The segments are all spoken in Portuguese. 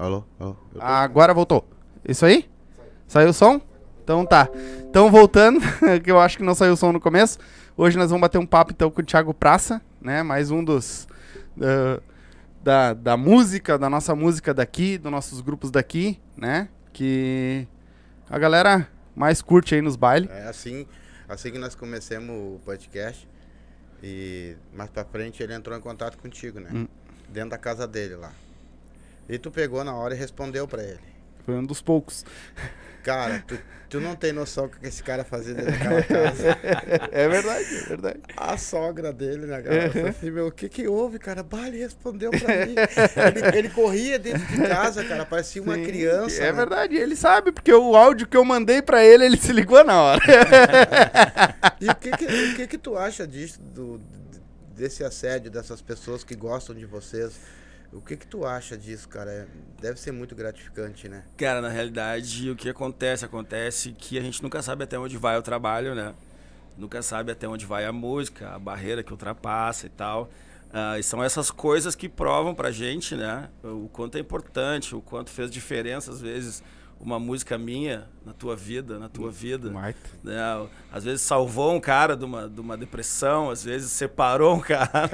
Alô? Agora voltou. Isso aí? Saiu o som? Então tá. Então voltando, que eu acho que não saiu o som no começo. Hoje nós vamos bater um papo então com o Thiago Praça, né? Mais um dos da música, da nossa música daqui, dos nossos grupos daqui, né? Que a galera mais curte aí nos bailes. É assim que nós começamos o podcast. E mais pra frente ele entrou em contato contigo, né? Dentro da casa dele lá. E tu pegou na hora e respondeu pra ele. Foi um dos poucos. Cara, tu não tem noção do que esse cara fazia dentro daquela casa. É verdade, é verdade. A sogra dele, né, cara? Falei assim, meu, o que houve, cara? Bah, ele respondeu pra mim. Ele corria dentro de casa, cara, parecia uma criança. É né? verdade, ele sabe, porque o áudio que eu mandei pra ele, ele se ligou na hora. E o que tu acha disso, desse assédio, dessas pessoas que gostam de vocês? O que tu acha disso, cara? Deve ser muito gratificante, né? Cara, na realidade, o que acontece? Acontece que a gente nunca sabe até onde vai o trabalho, né? Nunca sabe até onde vai a música, a barreira que ultrapassa e tal. E são essas coisas que provam pra gente, né? O quanto é importante, o quanto fez diferença, às vezes, uma música minha na tua vida, né? Às vezes salvou um cara de uma depressão, às vezes separou um cara,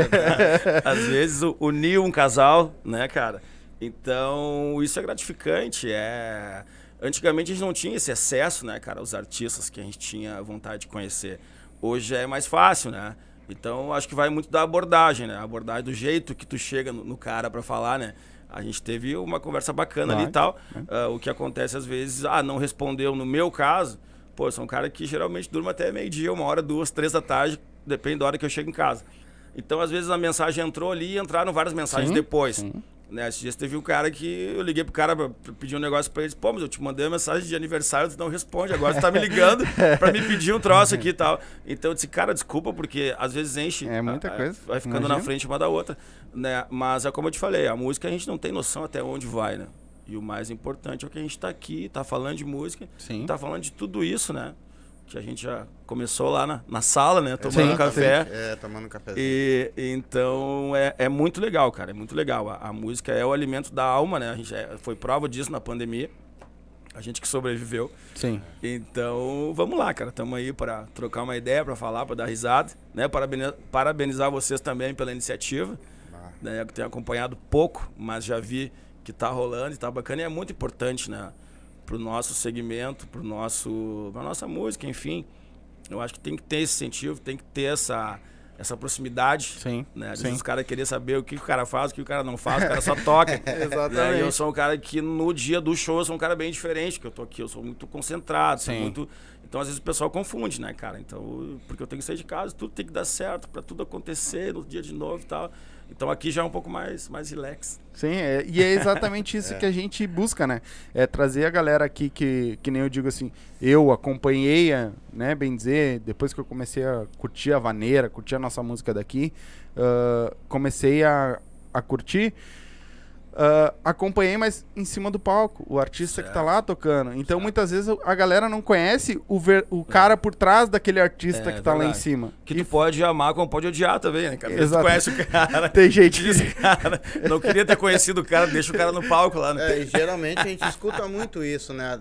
às vezes uniu um casal, né, cara? Então, isso é gratificante, Antigamente a gente não tinha esse acesso, né, cara, aos artistas que a gente tinha vontade de conhecer. Hoje é mais fácil, né? Então, acho que vai muito da abordagem, né? A abordagem do jeito que tu chega no cara pra falar, né? A gente teve uma conversa bacana ali e tal. O que acontece às vezes, não respondeu no meu caso. Pô, eu sou um cara que geralmente durmo até meio-dia, 1h, 2, 3 da tarde, depende da hora que eu chego em casa. Então, às vezes a mensagem entrou ali e entraram várias mensagens depois. Né? Esses dias teve um cara que eu liguei pro cara pra pedir um negócio pra ele. Pô, mas eu te mandei uma mensagem de aniversário, tu não responde. Agora tu tá me ligando pra me pedir um troço aqui e tal. Então eu disse, cara, desculpa, porque às vezes enche. É muita coisa. Vai ficando na frente uma da outra. Né? Mas é como eu te falei, a música a gente não tem noção até onde vai, né? E o mais importante é que a gente tá aqui, tá falando de música, tá falando de tudo isso, né? Que a gente já começou lá na sala, né? Tomando café. Tomando cafezinho. E então é muito legal, cara. É muito legal. A música é o alimento da alma, né? A gente foi prova disso na pandemia. A gente que sobreviveu. Sim. Então, vamos lá, cara. Estamos aí para trocar uma ideia, para falar, para dar risada, né? Parabenizar vocês também pela iniciativa. Né? Eu tenho acompanhado pouco, mas já vi que tá rolando e tá bacana. E é muito importante, né? Pro nosso segmento, pra nossa música, enfim. Eu acho que tem que ter esse incentivo, tem que ter essa proximidade. Sim, né? Às vezes os caras queriam saber o que o cara faz, o que o cara não faz, o cara só toca. Exatamente. Né? E eu sou um cara que no dia do show eu sou um cara bem diferente, que eu tô aqui, eu sou muito concentrado, sou muito... Então às vezes o pessoal confunde, né, cara? Então, porque eu tenho que sair de casa, tudo tem que dar certo pra tudo acontecer no dia de novo e tal. Então aqui já é um pouco mais relax. Sim, e é exatamente isso que a gente busca, né? É trazer a galera aqui que nem eu digo assim, eu acompanhei, né, bem dizer, depois que eu comecei a curtir a vaneira, curtir a nossa música daqui, comecei a curtir, acompanhei, mas em cima do palco, o artista que tá lá tocando. Então muitas vezes a galera não conhece o cara por trás daquele artista que tá lá em cima. Que tu pode amar como pode odiar também, né, cara? Exato. Tu conhece o cara. Tem gente que... cara, não queria ter conhecido o cara, deixa o cara no palco lá, né? E geralmente a gente escuta muito isso, né?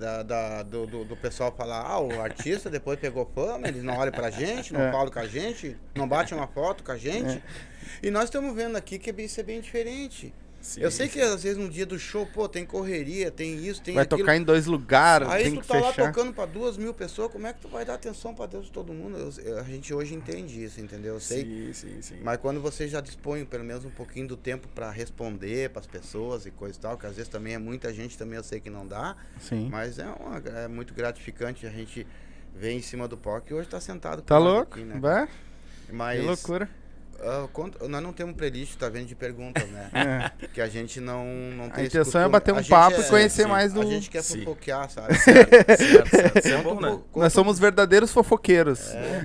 Do pessoal falar, o artista depois pegou fama, ele não olha pra gente, não fala com a gente, não bate uma foto com a gente. E nós estamos vendo aqui que isso é bem diferente. Sim, eu sei que às vezes no dia do show, tem correria, tem isso, tem vai aquilo. Tocar em 2 lugares, aí tem tu que tá fechar. lá tocando pra 2.000 pessoas, como é que tu vai dar atenção pra Deus de todo mundo? A gente hoje entende isso, entendeu? Eu sei. Sim. Mas quando você já dispõe pelo menos um pouquinho do tempo pra responder pras pessoas e coisa e tal, que às vezes também é muita gente, também eu sei que não dá. Sim. Mas é muito gratificante a gente ver em cima do palco e hoje tá sentado com tá louco? Aqui, né? Que loucura. Nós não temos um playlist, tá vendo, de perguntas, né? Que a gente não tem. A intenção é bater um papo e conhecer mais do... A gente quer fofoquear, sabe? Certo. Nós somos verdadeiros fofoqueiros.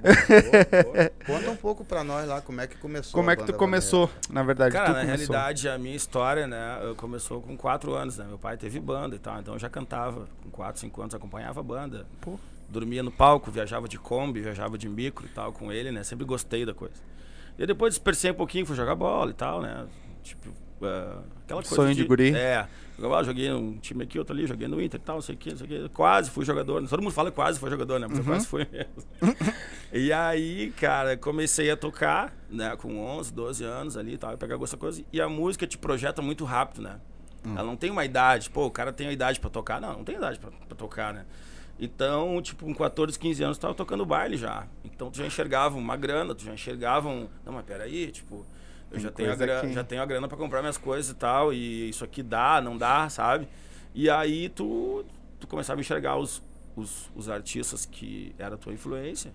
Conta um pouco pra nós lá, como é que começou. Como é que tu começou, na verdade? Cara, na realidade, a minha história, né, começou com 4 anos, né? Meu pai teve banda e tal, então eu já cantava. Com 4, 5 anos, acompanhava a banda. Dormia no palco, viajava de Kombi, viajava de micro e tal com ele, né? Sempre gostei da coisa. E depois dispersei um pouquinho, fui jogar bola e tal, né? Tipo, aquela coisa Sonho de guri. Joguei num time aqui, outro ali, joguei no Inter e tal, não sei o que. Quase fui jogador. Todo mundo fala que quase foi jogador, né? Mas eu quase fui mesmo. E aí, cara, comecei a tocar, né? Com 11, 12 anos ali e tal, pegar gosto da coisa. E a música te projeta muito rápido, né? Ela não tem uma idade. Pô, o cara tem a idade pra tocar. Não tem idade pra tocar, né? Então, tipo, com 14, 15 anos, tu tava tocando baile já. Então, tu já enxergava uma grana, tu já enxergava um... Não, mas peraí, tipo... Eu já tenho a grana pra comprar minhas coisas e tal, e isso aqui dá, não dá, sabe? E aí tu começava a enxergar os artistas que era a tua influência.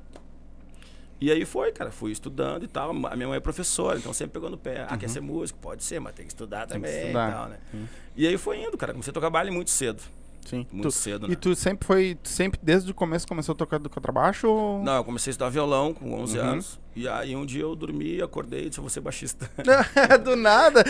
E aí fui estudando e tal. A minha mãe é professora, então sempre pegou no pé. Quer ser músico? Pode ser, mas tem que estudar também e tal, né? E aí foi indo, cara. Comecei a tocar baile muito cedo. Sim. Muito cedo, né? E tu sempre desde o começo começou a tocar do contrabaixo? Ou... Não, eu comecei a estudar violão com 11 anos. E aí um dia eu dormi, acordei e disse, eu vou ser baixista. Do nada?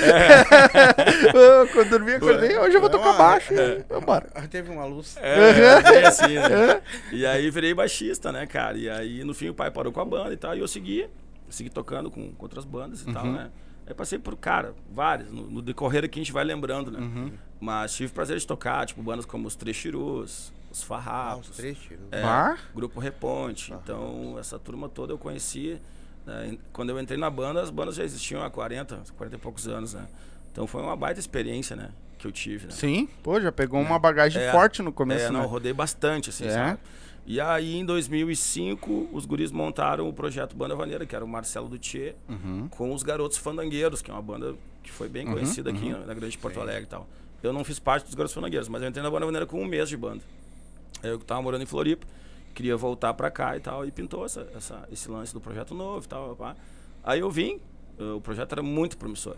Eu dormi, acordei, hoje eu vou tocar baixo. Vambora. Teve uma luz. Assim, né? E aí virei baixista, né, cara? E aí no fim o pai parou com a banda e tal, e eu segui tocando com outras bandas e tal, né? Aí passei por, cara, várias, no decorrer aqui a gente vai lembrando, né? Mas tive prazer de tocar, tipo, bandas como os Três Chirus, os Farrapos. Os Três Chirus. Grupo Reponte. Então, essa turma toda eu conheci. Né? Quando eu entrei na banda, as bandas já existiam há 40 e poucos anos, né? Então foi uma baita experiência, né? Que eu tive, né? Sim, pô, já pegou uma bagagem forte no começo, né? Não, eu rodei bastante, assim, sabe? E aí, em 2005, os guris montaram o projeto Banda Vaneira, que era o Marcelo Duthier, com os Garotos Fandangueiros, que é uma banda que foi bem conhecida aqui na Grande Porto Alegre e tal. Eu não fiz parte dos Garotos Fandangueiros, mas eu entrei na Banda Vaneira com 1 mês de banda. Eu tava morando em Floripa, queria voltar pra cá e tal, e pintou esse lance do projeto novo e tal. Pá. Aí eu vim, o projeto era muito promissor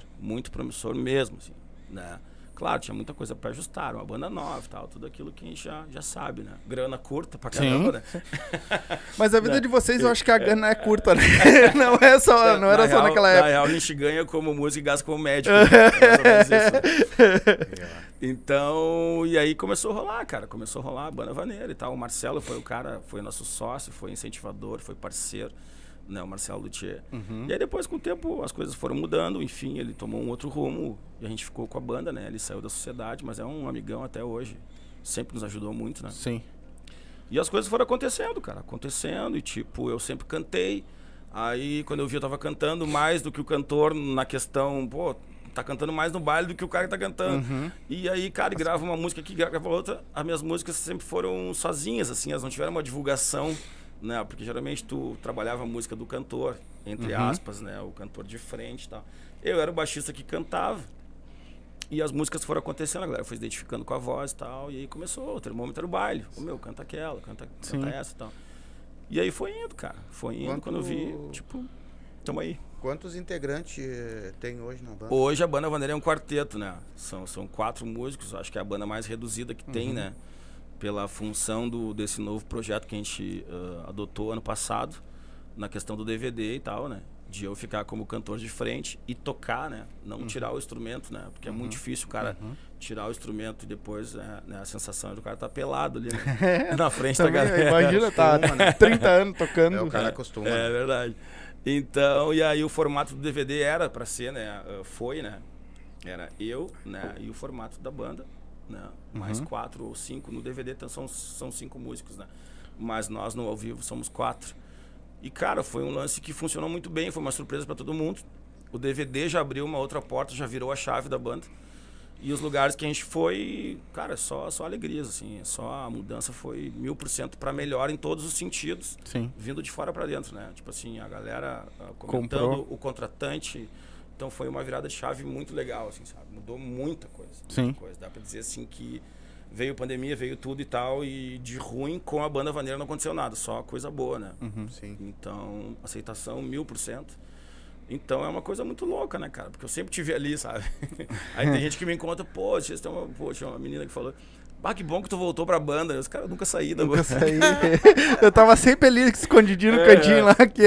mesmo, assim, né? Claro, tinha muita coisa pra ajustar, uma banda nova e tal, tudo aquilo que a gente já sabe, né? Grana curta pra caramba, né? Mas a vida de vocês, eu acho que a grana é curta, né? Não era só naquela época. Na real, a gente ganha como músico e gasta como médico. Né? É mais ou menos isso, né? Então, e aí começou a rolar, cara. Começou a rolar a Banda Vaneira e tal. O Marcelo foi o cara, foi nosso sócio, foi incentivador, foi parceiro. Né, o Marcelo Duthier. E aí depois, com o tempo, as coisas foram mudando, enfim, ele tomou um outro rumo e a gente ficou com a banda, né? Ele saiu da sociedade, mas é um amigão até hoje. Sempre nos ajudou muito, né? Sim. E as coisas foram acontecendo, cara. Acontecendo e, tipo, eu sempre cantei. Aí, quando eu vi, eu tava cantando mais do que o cantor na questão, pô, tá cantando mais no baile do que o cara que tá cantando. E aí, cara, grava uma música aqui, grava outra. As minhas músicas sempre foram sozinhas, assim, elas não tiveram uma divulgação. Né, porque geralmente tu trabalhava a música do cantor, entre aspas, né, o cantor de frente e tal. Eu era o baixista que cantava e as músicas foram acontecendo, a galera foi se identificando com a voz e tal, e aí começou, o termômetro era o baile. O meu, canta aquela, canta essa e tal. E aí foi indo, cara, quando eu vi, tipo, tamo aí. Quantos integrantes tem hoje na banda? Hoje a Banda Vaneira é um quarteto, né, são 4 músicos, acho que é a banda mais reduzida que tem, né. Pela função desse novo projeto que a gente adotou ano passado, na questão do DVD e tal, né? De eu ficar como cantor de frente e tocar, né? Não tirar o instrumento, né? Porque é muito difícil o cara tirar o instrumento e depois, né? A sensação do cara tá pelado ali, né? Na frente da galera. Imagina, tá 30 anos tocando. O cara acostuma. É verdade. Então, e aí o formato do DVD era pra ser, né? Foi, né? Era eu, né? E o formato da banda. Né? Mais 4 ou 5 no DVD, então são 5 músicos, né? Mas nós no ao vivo somos 4. E cara, foi um lance que funcionou muito bem, foi uma surpresa para todo mundo. O DVD já abriu uma outra porta, já virou a chave da banda. E os lugares que a gente foi, cara, só alegrias, assim, só a mudança foi 1000% para melhor em todos os sentidos. Sim. Vindo de fora para dentro, né? Tipo assim, a galera comentando, comprou. O contratante. Então foi uma virada de chave muito legal, assim, sabe? Mudou muita coisa. Sim. Coisa. Dá pra dizer assim que veio pandemia, veio tudo e tal, e de ruim com a Banda Vaneira não aconteceu nada, só coisa boa, né? Sim. Então, aceitação 1000%. Então é uma coisa muito louca, né, cara? Porque eu sempre tive ali, sabe? Aí tem gente que me encontra, poxa, tinha uma menina que falou, que bom que tu voltou pra banda. Os caras nunca saí da banda. Eu tava sempre ali, escondidinho no cantinho lá, aqui,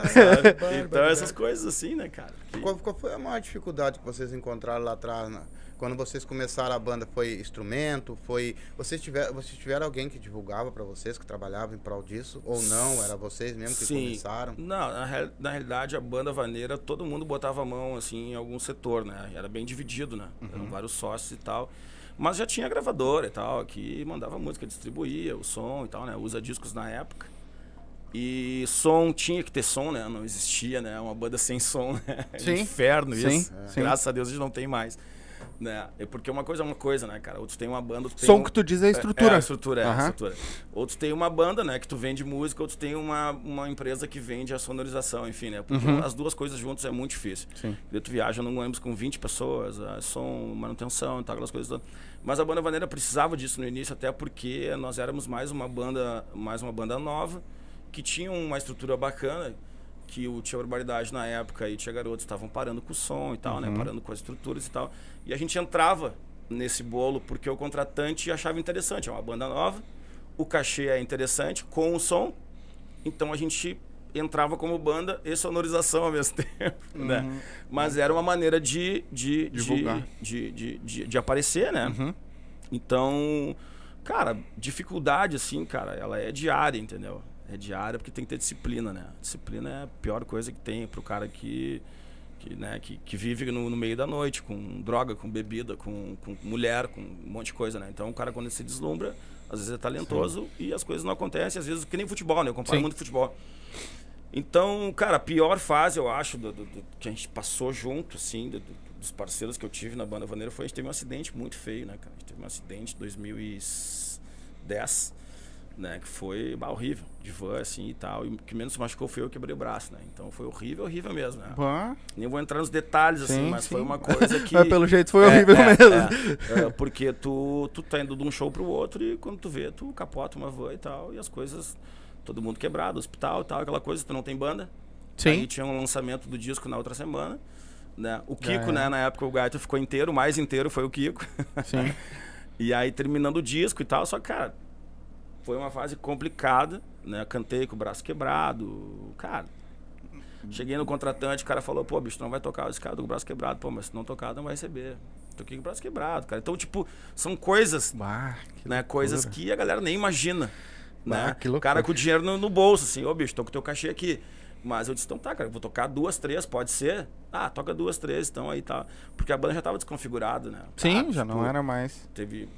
ó. Então essas coisas assim, né, cara? Qual foi a maior dificuldade que vocês encontraram lá atrás Quando vocês começaram a banda, foi instrumento? Vocês tiveram alguém que divulgava pra vocês, que trabalhava em prol disso? Ou não? Era vocês mesmo que começaram? Não, na realidade, a banda vaneira, todo mundo botava a mão, assim, em algum setor, né? Era bem dividido, né? Eram vários sócios e tal. Mas já tinha gravadora e tal, que mandava música, distribuía o som e tal, né? Usa discos na época. E som, tinha que ter som, né? Não existia, né? Uma banda sem som, né? Sim. Inferno isso. Sim. Graças a Deus a gente não tem mais. Né? É porque uma coisa é uma coisa, né, cara? Outros têm uma banda... Outros som que tu diz é a estrutura. a estrutura, a estrutura. Outros têm uma banda, né, que tu vende música, outros têm uma empresa que vende a sonorização, enfim, né? Porque as duas coisas juntas é muito difícil. Sim. Daí tu viaja num ônibus com 20 pessoas, som, manutenção e tal, aquelas coisas todas. Mas a banda vaneira precisava disso no início, até porque nós éramos mais uma banda nova, que tinha uma estrutura bacana, que o Tia Barbaridade na época e Tia Garoto estavam parando com o som e tal, né? Parando com as estruturas e tal. E a gente entrava nesse bolo porque o contratante achava interessante. É uma banda nova, o cachê é interessante, com o som. Então a gente entrava como banda e sonorização ao mesmo tempo, né? Mas era uma maneira de aparecer, né? Então, cara, dificuldade assim, cara, ela é diária, entendeu? É diária porque tem que ter disciplina, né? Disciplina é a pior coisa que tem pro cara que vive no meio da noite, com droga, com bebida, com mulher, com um monte de coisa, né? Então o cara, quando ele se deslumbra, às vezes é talentoso e as coisas não acontecem, às vezes que nem futebol, né? Eu comparo muito futebol. Então, cara, a pior fase, eu acho, do que a gente passou junto, assim, dos parceiros que eu tive na banda vaneira, foi a gente teve um acidente muito feio, né, cara? A gente teve um acidente em 2010, né, que foi horrível, de van, assim, e tal. E o que menos se machucou foi eu que quebrei o braço, né? Então foi horrível mesmo, né? Nem vou entrar nos detalhes, assim, mas foi uma coisa que... Mas pelo jeito foi horrível mesmo. Porque tu tá indo de um show pro outro e quando tu vê, tu capota uma van e tal, e as coisas... Todo mundo quebrado, hospital e tal, aquela coisa, tu não tem banda. Sim. Aí tinha um lançamento do disco na outra semana, né? O Kiko, né, na época o Gaito ficou inteiro, o mais inteiro foi o Kiko. Sim. E aí terminando o disco e tal, só que, cara... Foi uma fase complicada, né? Cantei com o braço quebrado, cara. Cheguei no contratante, o cara falou, pô, bicho, tu não vai tocar esse cara com o braço quebrado. Pô, mas se não tocar, não vai receber. Toquei com o braço quebrado, cara. Então, tipo, são coisas, né? Coisas que a galera nem imagina, né? O cara com o dinheiro no bolso, assim, ô, bicho, tô com o teu cachê aqui. Mas eu disse, então tá, cara, eu vou tocar 2, 3, pode ser? Ah, toca 2, 3, então aí tá. Porque a banda já tava desconfigurada, né? Sim, já não era mais. Teve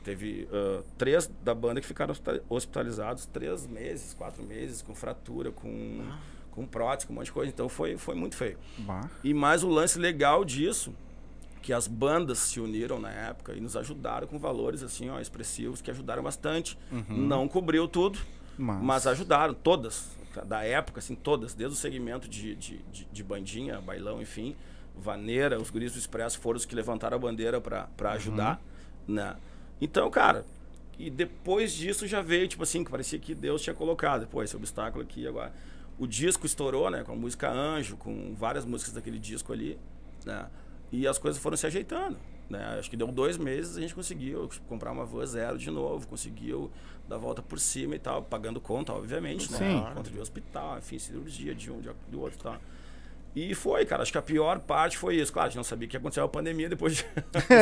3 da banda que ficaram hospitalizados 3 meses, 4 meses, com fratura, com prótese, com um monte de coisa. Então foi muito feio. E mais o lance legal disso, que as bandas se uniram na época e nos ajudaram com valores assim, ó, expressivos, que ajudaram bastante. Não cobriu tudo, mas ajudaram, todas. Da época, assim, todas, desde o segmento de bandinha, bailão, enfim, vaneira, os guris do Expresso foram os que levantaram a bandeira pra ajudar, né? Então, cara, e depois disso já veio, tipo assim, que parecia que Deus tinha colocado, pô, esse obstáculo aqui agora. O disco estourou, né, com a música Anjo, com várias músicas daquele disco ali, né? E as coisas foram se ajeitando, né? Acho que deu 2 meses, a gente conseguiu comprar uma van zero de novo, conseguiu dar a volta por cima e tal, pagando conta, obviamente, né? Conta de hospital, enfim, cirurgia de um, do outro e tal. E foi, cara, acho que a pior parte foi isso. Claro, a gente não sabia que ia acontecer a pandemia depois de...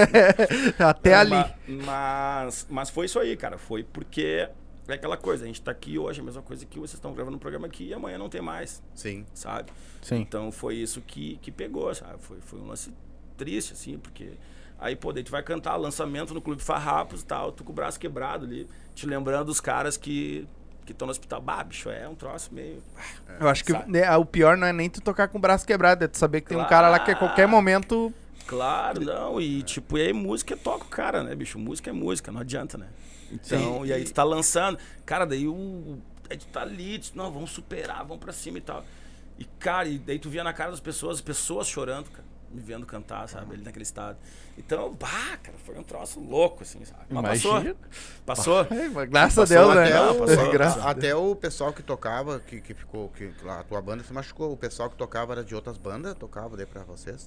Até ali. Mas foi isso aí, cara. Foi porque é aquela coisa, a gente tá aqui hoje, a mesma coisa que vocês estão gravando um programa aqui e amanhã não tem mais. Sim. Sabe? Sim. Então foi isso que pegou, sabe? Foi um lance triste, assim, porque... Aí, pô, daí tu vai cantar lançamento no Clube Farrapos e tal, tu com o braço quebrado ali, te lembrando dos caras que estão no hospital. Bah, bicho, é um troço meio... Eu acho que o pior não é nem tu tocar com o braço quebrado, é tu saber que tem um cara lá que a qualquer momento... Claro, não, e tipo, e aí música toca o cara, né, bicho? Música é música, não adianta, né? Então, e aí tu tá lançando, cara, daí aí tu tá ali, tu, não, vamos superar, vamos pra cima e tal. E, cara, e daí tu via na cara das pessoas, as pessoas chorando, cara, me vendo cantar, sabe, ele naquele estado. Então, cara, foi um troço louco, assim, sabe? Mas passou. Graças a Deus, né? Até o pessoal que tocava, que ficou, a tua banda se machucou, o pessoal que tocava era de outras bandas, tocava daí pra vocês também?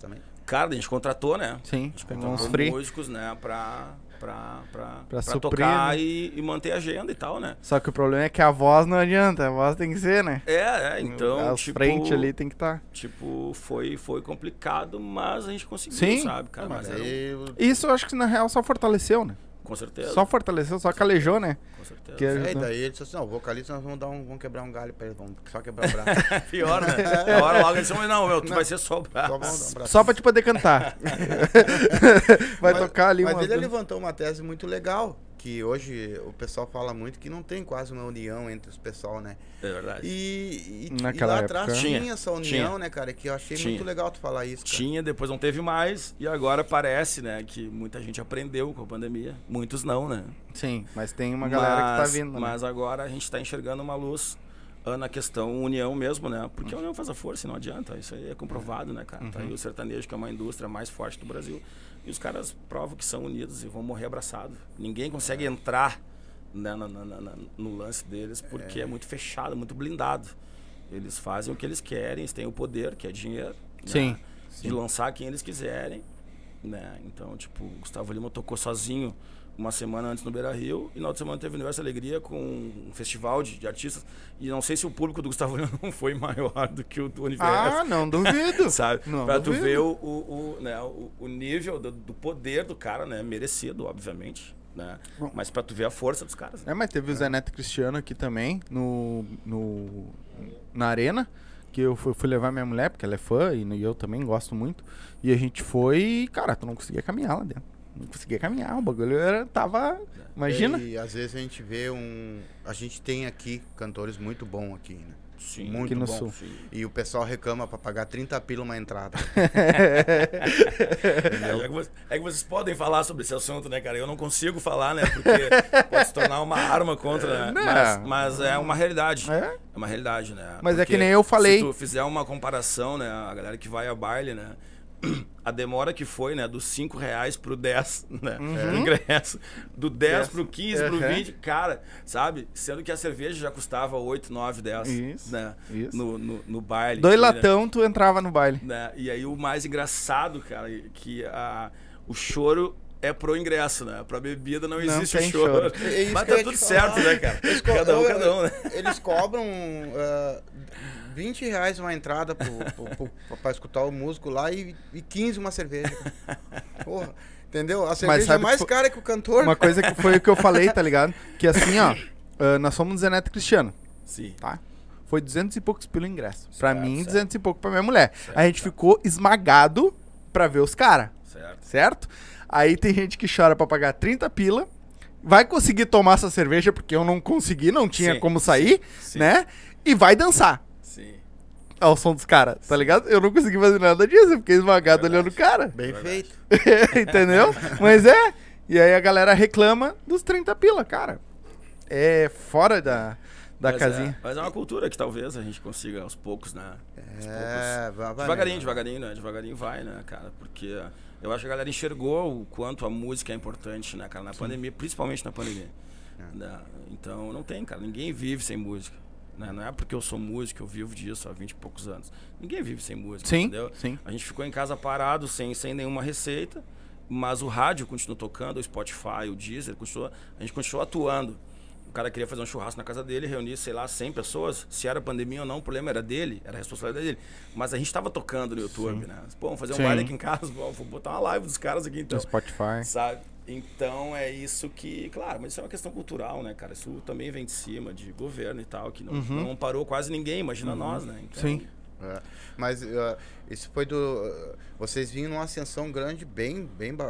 cara, a gente contratou, né? Sim, A gente pegou uns contratou free. músicos, né? Pra suprir, tocar né? e manter a agenda e tal, né? Só que o problema é que a voz não adianta, a voz tem que ser, né? Então, As frente ali tem que estar. Tipo, foi complicado, mas a gente conseguiu, Sim. sabe, cara? Mas Mas era aí, Isso eu acho que na real só fortaleceu, né? com certeza. Só fortaleceu, só calejou, né? Com certeza. Que aí daí ele disse assim, não, o vocalista nós vamos quebrar um galho pra ele, vamos só quebrar o braço. Pior, né? Na hora logo eles disseram, não, meu, tu vai ser só o Só braço. vamos dar um braço. Só pra te poder cantar. Vai tocar ali Mas umas ele duas- levantou uma tese muito legal, que hoje o pessoal fala muito que não tem quase uma união entre os pessoal, né? É verdade. E Naquela lá época atrás tinha, tinha essa união, tinha. né, cara? Que eu achei Tinha. muito legal tu falar isso, cara. Tinha, depois não teve mais, e agora parece, né, que muita gente aprendeu com a pandemia. Muitos não, né? Sim, mas tem uma galera que tá vindo, né? Mas agora a gente tá enxergando uma luz na questão união mesmo, né? Porque a união faz a força, não adianta. Isso aí é comprovado, né, cara? Tá aí o sertanejo, que é uma indústria mais forte do Brasil. E os caras provam que são unidos e vão morrer abraçados. Ninguém consegue entrar, né, no lance deles porque é muito fechado, muito blindado. Eles fazem o que eles querem, eles têm o poder, que é dinheiro. Sim. Né? De lançar quem eles quiserem. Né? Então, tipo, o Gustavo Lima tocou sozinho uma semana antes no Beira-Rio, e na outra semana teve Universo Alegria com um festival de artistas, e não sei se o público do Gustavo Lima não foi maior do que o do Universo. Ah, não duvido. Sabe? Não Pra tu duvido. ver o nível do poder do cara, né? Merecido, obviamente. Né? Mas pra tu ver a força dos caras. Né? É, mas teve o Zé Neto Cristiano aqui também, na arena, que eu fui levar minha mulher, porque ela é fã, e eu também gosto muito. E a gente foi e, cara, tu não conseguia caminhar lá dentro. Não conseguia caminhar, o bagulho tava... Imagina? E às vezes a gente vê a gente tem aqui cantores muito bons aqui, né? Sim. Muito Aqui no bom. Sul. Sim. E o pessoal reclama pra pagar 30 pila uma entrada. É que vocês podem falar sobre esse assunto, né, cara? Eu não consigo falar, né? Porque pode se tornar uma arma contra, né? Não. Mas é uma realidade. É? É uma realidade, né? Mas é Porque que nem eu falei. Se tu fizer uma comparação, né? A galera que vai a baile, né? A demora que foi, né? Dos R$5 pro 10, né? Do ingresso. Do 10 pro 15, pro 20. Cara, sabe? Sendo que a cerveja já custava 8, 9, 10. Isso, Né? isso. No baile. 2 né? latão, tu entrava no baile. Né? E aí o mais engraçado, cara, que o choro é pro ingresso, né? Pra bebida não existe tem o choro. choro. É isso Mas que eu tá ia tudo te certo, falar. né, cara? Eles Cada um, né? Eles cobram R$20 uma entrada pra escutar o músico lá e 15 uma cerveja. Porra, entendeu? A cerveja é sabe mais que cara que o cantor. Uma coisa que foi o que eu falei, tá ligado? Que assim, ó, nós somos Zé Neto Cristiano, Sim. tá? Foi 200 e poucos pelo ingresso. Pra Certo, mim, certo. 200 e pouco pra minha mulher. A gente ficou esmagado pra ver os caras, Certo. certo? Aí tem gente que chora pra pagar 30 pila, vai conseguir tomar essa cerveja, porque eu não consegui, não tinha Sim, como sair, sim. né? E vai dançar Sim. ao som dos caras, tá ligado? Eu não consegui fazer nada disso, eu fiquei esmagado olhando o cara. Bem feito. Entendeu? Mas é. E aí a galera reclama dos 30 pila, cara. É fora da casinha. Mas é uma cultura que talvez a gente consiga aos poucos, né? Aos poucos. Vai Devagarinho, né? devagarinho, né? Devagarinho vai, né, cara? Porque eu acho que a galera enxergou o quanto a música é importante, né, cara? Na pandemia, principalmente na pandemia. Né? Então, não tem, cara. Ninguém vive sem música. Né? Não é porque eu sou músico, eu vivo disso há 20 e poucos anos. Ninguém vive sem música, Sim, entendeu? sim. A gente ficou em casa parado, sem nenhuma receita, mas o rádio continuou tocando, o Spotify, o Deezer, a gente continuou atuando. O cara queria fazer um churrasco na casa dele, reunir, sei lá, 100 pessoas. Se era pandemia ou não, o problema era dele, era a responsabilidade dele. Mas a gente tava tocando no YouTube, né? Pô, vamos fazer um Sim. baile aqui em casa, vou botar uma live dos caras aqui então. No Spotify. Sabe? Então é isso que, claro, mas isso é uma questão cultural, né, cara? Isso também vem de cima, de governo e tal, que não parou quase ninguém, imagina nós, né? Então, Sim. Mas isso foi vocês vinham numa ascensão grande, bem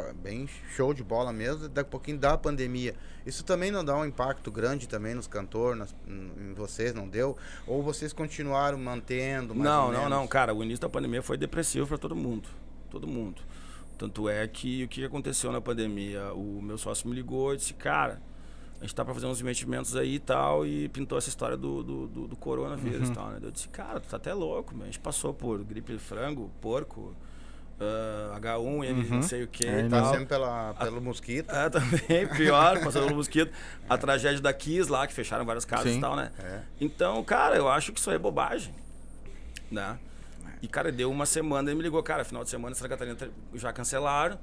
show de bola mesmo, daqui a pouquinho da pandemia. Isso também não dá um impacto grande também nos cantores, em vocês, não deu? Ou vocês continuaram mantendo mais ou menos? Não, cara, o início da pandemia foi depressivo pra todo mundo. Todo mundo. Tanto é que o que aconteceu na pandemia, o meu sócio me ligou e disse, cara, a gente tá pra fazer uns investimentos aí e tal, e pintou essa história do coronavírus e tal, né? Eu disse, cara, tu tá até louco, meu. A gente passou por gripe de frango, porco, H1N, não sei o que e Tá tal. sendo pelo mosquito. Também, pior, passou pelo mosquito. A tragédia da Kiss lá, que fecharam várias casas Sim. e tal, né? É. Então, cara, eu acho que isso aí é bobagem, né? E, cara, deu uma semana, ele me ligou, cara, final de semana Santa Catarina já cancelaram.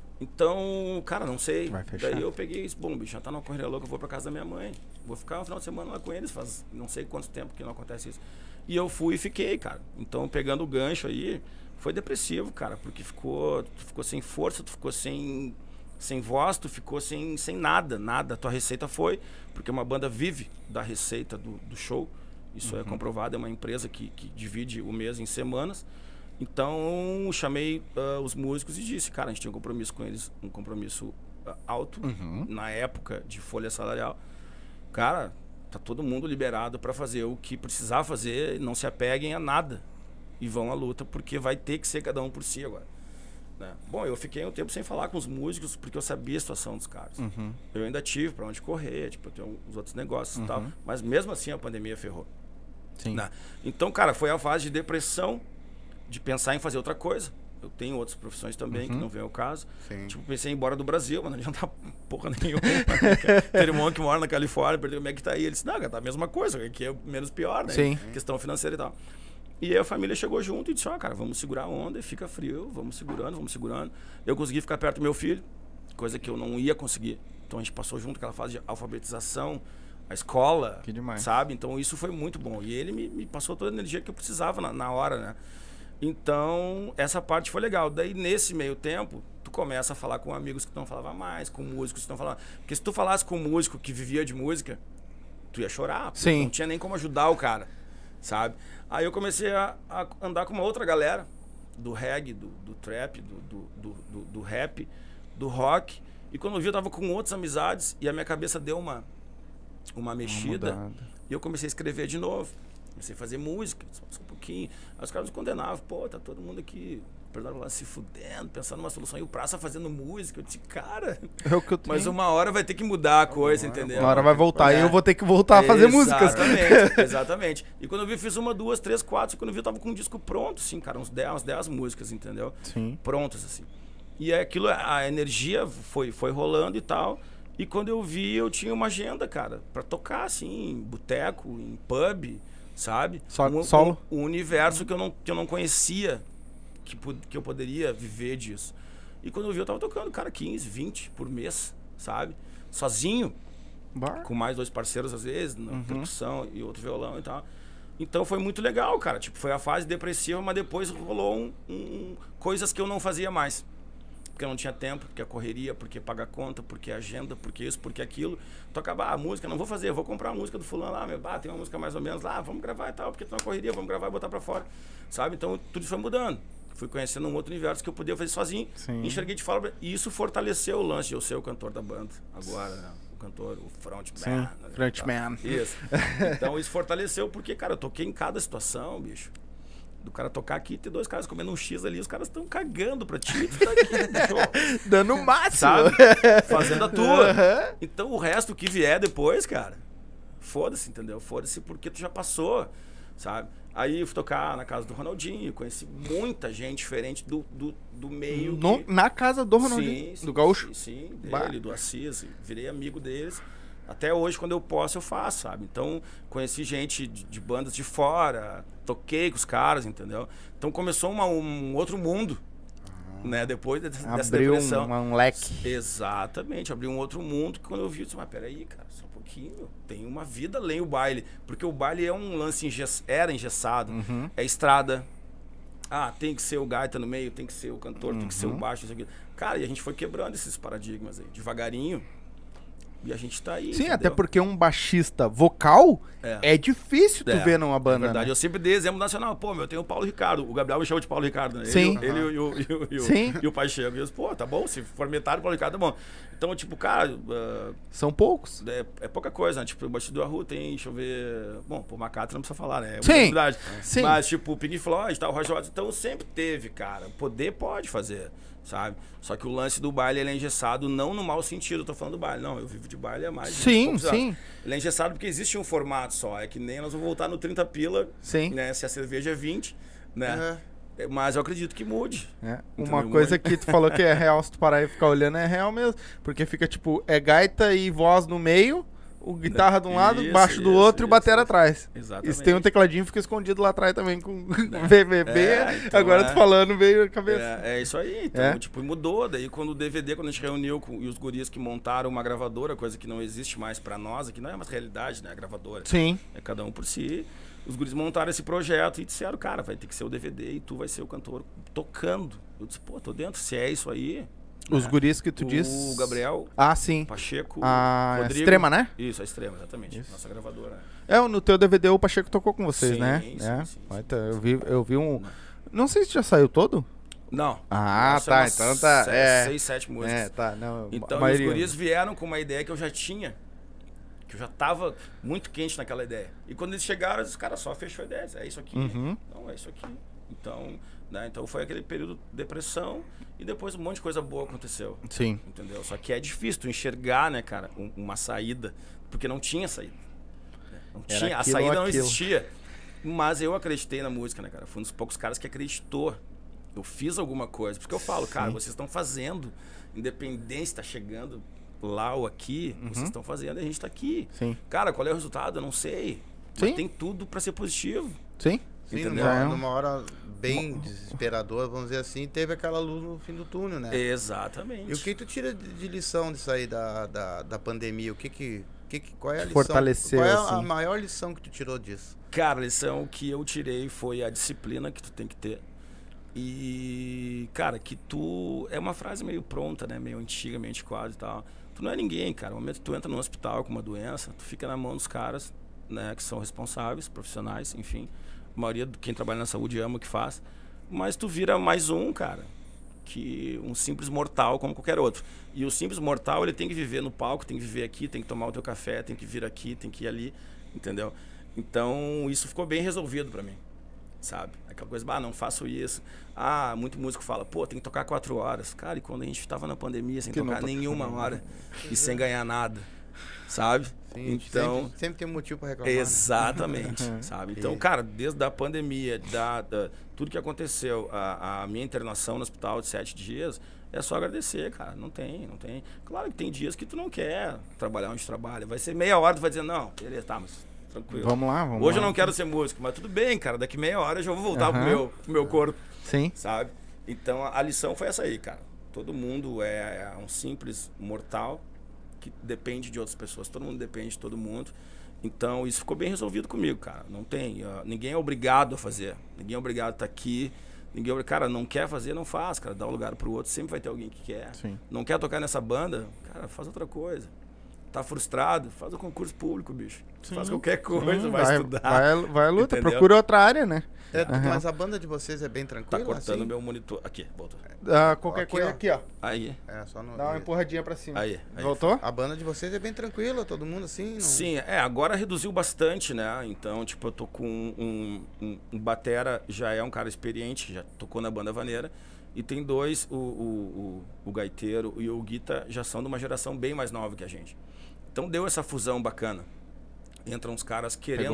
Então, cara, não sei. Vai fechar. Daí eu peguei isso, bom, bicho, já tá numa correria louca, eu vou pra casa da minha mãe. Vou ficar um final de semana lá com eles, faz não sei quanto tempo que não acontece isso. E eu fui e fiquei, cara. Então, pegando o gancho aí, foi depressivo, cara, porque tu ficou sem força, tu ficou sem voz, tu ficou sem nada. A tua receita foi, porque uma banda vive da receita do show. Isso é comprovado, é uma empresa que divide o mês em semanas. Então, chamei os músicos e disse, cara, a gente tinha um compromisso com eles, um compromisso alto, na época de folha salarial. Cara, tá todo mundo liberado para fazer o que precisar fazer, não se apeguem a nada. E vão à luta, porque vai ter que ser cada um por si agora. Né? Bom, eu fiquei um tempo sem falar com os músicos, porque eu sabia a situação dos caras. Eu ainda tive para onde correr, tipo, eu tenho os outros negócios e tal. Mas mesmo assim a pandemia ferrou. Sim. Né? Então, cara, foi a fase de depressão, de pensar em fazer outra coisa. Eu tenho outras profissões também, que não vem ao caso. Sim. Tipo, pensei em ir embora do Brasil, mas não adianta porra nenhuma. Tem irmão que mora na Califórnia, perdeu como é que tá aí. Ele disse, não, cara, tá a mesma coisa, aqui é menos pior, né? Sim. Questão financeira e tal. E aí a família chegou junto e disse, cara, vamos segurar a onda e fica frio, vamos segurando. Eu consegui ficar perto do meu filho, coisa que eu não ia conseguir. Então a gente passou junto aquela fase de alfabetização, a escola, Que demais. sabe? Então isso foi muito bom. E ele me passou toda a energia que eu precisava na hora, né? Então, essa parte foi legal. Daí, nesse meio tempo, tu começa a falar com amigos que não falavam mais, com músicos que não falavam. Porque se tu falasse com um músico que vivia de música, tu ia chorar. Sim. Não tinha nem como ajudar o cara, sabe? Aí eu comecei a andar com uma outra galera, do reggae, do trap, do rap, do rock. E quando eu vi, eu tava com outras amizades e a minha cabeça deu uma mexida. E eu comecei a escrever de novo. Comecei a fazer música, só um pouquinho. Aí os caras me condenavam. Pô, tá todo mundo aqui, perdão, lá se fudendo, pensando numa solução. E o Praça fazendo música. Eu disse, cara, É o que eu tenho. mas uma hora vai ter que mudar a coisa, entendeu? Uma hora vai voltar e eu vou ter que voltar a fazer músicas. Exatamente. E quando eu vi, fiz 1, 2, 3, 4. E quando eu vi, eu tava com um disco pronto, assim, cara, umas 10 músicas, entendeu? Sim. Prontas, assim. E aquilo, a energia foi rolando e tal. E quando eu vi, eu tinha uma agenda, cara, pra tocar, assim, em boteco, em pub, sabe? Solo? Um universo que eu não conhecia, que eu poderia viver disso. E quando eu vi, eu tava tocando, cara, 15, 20 por mês, sabe? Sozinho, com mais 2 parceiros às vezes, na percussão e outro violão e tal. Então foi muito legal, cara. Tipo, foi a fase depressiva, mas depois rolou coisas que eu não fazia mais. Porque eu não tinha tempo, porque a correria, porque paga conta, porque a agenda, porque isso, porque aquilo. Tu acaba, a música, não vou fazer, vou comprar a música do fulano lá, tem uma música mais ou menos lá, vamos gravar e tal, porque tu na correria, vamos gravar e botar pra fora, sabe? Então tudo isso foi mudando. Fui conhecendo um outro universo que eu podia fazer sozinho. Sim. Enxerguei de fora, e isso fortaleceu o lance de eu ser o cantor da banda agora, né? O cantor, o frontman. Sim, Né? frontman. Isso. Então isso fortaleceu porque, cara, eu toquei em cada situação, bicho. Do cara tocar aqui e ter 2 caras comendo um X ali, os caras estão cagando pra ti, tu tá aqui, bicho. Dando o máximo. Sabe? Fazendo a tua. Então o resto que vier depois, cara, foda-se, entendeu? Foda-se porque tu já passou, sabe? Aí eu fui tocar na casa do Ronaldinho, conheci muita gente diferente do meio. Na casa do Ronaldinho? Sim, do Gaúcho? Sim, dele, do Assis, virei amigo deles. Até hoje, quando eu posso, eu faço, sabe? Então, conheci gente de bandas de fora, toquei com os caras, entendeu? Então, começou um outro mundo, né? Depois dessa depressão. Abriu um leque. Exatamente, abriu um outro mundo que quando eu vi, eu disse, mas peraí, cara, só um pouquinho, tem uma vida além do baile. Porque o baile é um lance, era engessado, é estrada. Tem que ser o gaita no meio, tem que ser o cantor, tem que ser o baixo, isso aqui. Cara, e a gente foi quebrando esses paradigmas aí, devagarinho. E a gente tá aí. Sim, entendeu? até porque um baixista vocal é difícil tu ver numa banda. É verdade, né? eu sempre dei exemplo nacional. Pô, eu tenho o Paulo Ricardo. O Gabriel me chama de Paulo Ricardo, né? Sim. Ele e o Pacheco. E eu disse, pô, tá bom, se for metade do Paulo Ricardo, tá bom. Então, tipo, cara. São poucos. É pouca coisa, né? Tipo, o Bastidor Arru tem, deixa eu ver. Bom, pô, Macata não precisa falar, né? É Sim. verdade. Sim. Mas, tipo, o Pink Floyd, tal, o Roger Waters. Então, sempre teve, cara. Poder pode fazer, sabe? Só que o lance do baile, ele é engessado, não no mau sentido, eu tô falando do baile. Não, eu vivo de baile há mais de poucos anos. Sim. Ele é engessado porque existe um formato só. É que nem nós vamos voltar no 30 pila, Sim. né? Se a cerveja é 20, né? Mas eu acredito que mude. Uma coisa que tu falou que é real, se tu parar e ficar olhando, é real mesmo. Porque fica tipo, é gaita e voz no meio, o guitarra de um lado, Isso, baixo do outro e o batera atrás. Exatamente. E se tem um tecladinho, fica escondido lá atrás também com VVB. Então Agora tu falando, veio a cabeça. É isso aí. Então, tipo, mudou. Daí quando o DVD, quando a gente reuniu e os guris que montaram uma gravadora, coisa que não existe mais pra nós, que não é uma realidade, né? A gravadora. Sim. É cada um por si. Os guris montaram esse projeto e disseram, cara, vai ter que ser o DVD e tu vai ser o cantor tocando. Eu disse, pô, tô dentro. Se é isso aí... Os guris que tu diz... O Gabriel... Ah, sim. Pacheco... A Rodrigo, Extrema, né? Isso, a Extrema, exatamente. Isso. Nossa gravadora. No teu DVD o Pacheco tocou com vocês, Sim, né? sim. Eu vi um... Não sei se já saiu todo. Não. Ah, tá. Então tá. 6, 7 músicas. tá. Não, então os guris vieram com uma ideia que eu já tinha. Que eu já tava muito quente naquela ideia. E quando eles chegaram, os caras só fechou a ideia. É isso aqui. Não, é isso aqui. Então, né, então foi aquele período de depressão e depois um monte de coisa boa aconteceu. Sim. Entendeu? Só que é difícil tu enxergar, né, cara, uma saída. Porque não tinha saída. Não tinha, a saída não existia. Mas eu acreditei na música, né, cara? Fui um dos poucos caras que acreditou. Eu fiz alguma coisa. Porque eu falo, cara, vocês estão fazendo. Independência tá chegando lá ou aqui, vocês estão fazendo e a gente tá aqui. Sim. Cara, qual é o resultado? Eu não sei. Mas tem tudo pra ser positivo. Sim. Sim, entendeu? numa hora bem desesperadora, vamos dizer assim, teve aquela luz no fim do túnel, né? Exatamente. E o que tu tira de lição disso aí da pandemia? Qual é a lição? Fortaleceu, Qual é a assim. maior lição que tu tirou disso? Cara, a lição que eu tirei foi a disciplina que tu tem que ter. E, cara, que tu... É uma frase meio pronta, né? Meio antiga, meio antiquada e tal. Tu não é ninguém, cara. No momento que tu entra no hospital com uma doença, tu fica na mão dos caras, né? Que são responsáveis, profissionais, enfim. A maioria de quem trabalha na saúde ama o que faz. Mas tu vira mais um, cara, que um simples mortal como qualquer outro. E o simples mortal, ele tem que viver no palco, tem que viver aqui, tem que tomar o teu café, tem que vir aqui, tem que ir ali, entendeu? Então, isso ficou bem resolvido pra mim, sabe? Aquela coisa, não faço isso. Muito músico fala, pô, tem que tocar 4 horas. Cara, e quando a gente tava na pandemia, sem tocar nenhuma hora e sem ganhar nada, sabe? Sim, então, sempre tem um motivo pra reclamar. Exatamente, sabe? Então, cara, desde a pandemia, tudo que aconteceu, a minha internação no hospital de 7 dias, é só agradecer, cara. Não tem. Claro que tem dias que tu não quer trabalhar onde trabalha. Vai ser meia hora, tu vai dizer, não, beleza, tá, mas tranquilo. Vamos lá. Hoje eu não quero ser músico, mas tudo bem, cara. Daqui meia hora eu já vou voltar pro meu corpo. Sim. Sabe? Então a lição foi essa aí, cara. Todo mundo é um simples mortal que depende de outras pessoas. Todo mundo depende de todo mundo. Então isso ficou bem resolvido comigo, cara. Não tem. Ninguém é obrigado a fazer. Ninguém é obrigado a estar aqui. Cara, não quer fazer, não faz, cara. Dá um lugar pro outro. Sempre vai ter alguém que quer. Sim. Não quer tocar nessa banda? Cara, faz outra coisa. Tá frustrado? Faz o concurso público, bicho. Sim. Faz qualquer coisa, vai estudar. Vai à luta, Entendeu? procura outra área, né? Mas a banda de vocês é bem tranquila, Tá cortando assim? meu monitor. Aqui, voltou. Qualquer Aqui, coisa ó. aqui, ó. Aí. Só no... Dá uma empurradinha pra cima. Aí. Voltou? A banda de vocês é bem tranquila, todo mundo assim? Não... Sim, agora reduziu bastante, né? Então, tipo, eu tô com um batera, já é um cara experiente, já tocou na banda vaneira. E tem 2, o gaiteiro e o guita já são de uma geração bem mais nova que a gente. Então deu essa fusão bacana. Entram uns caras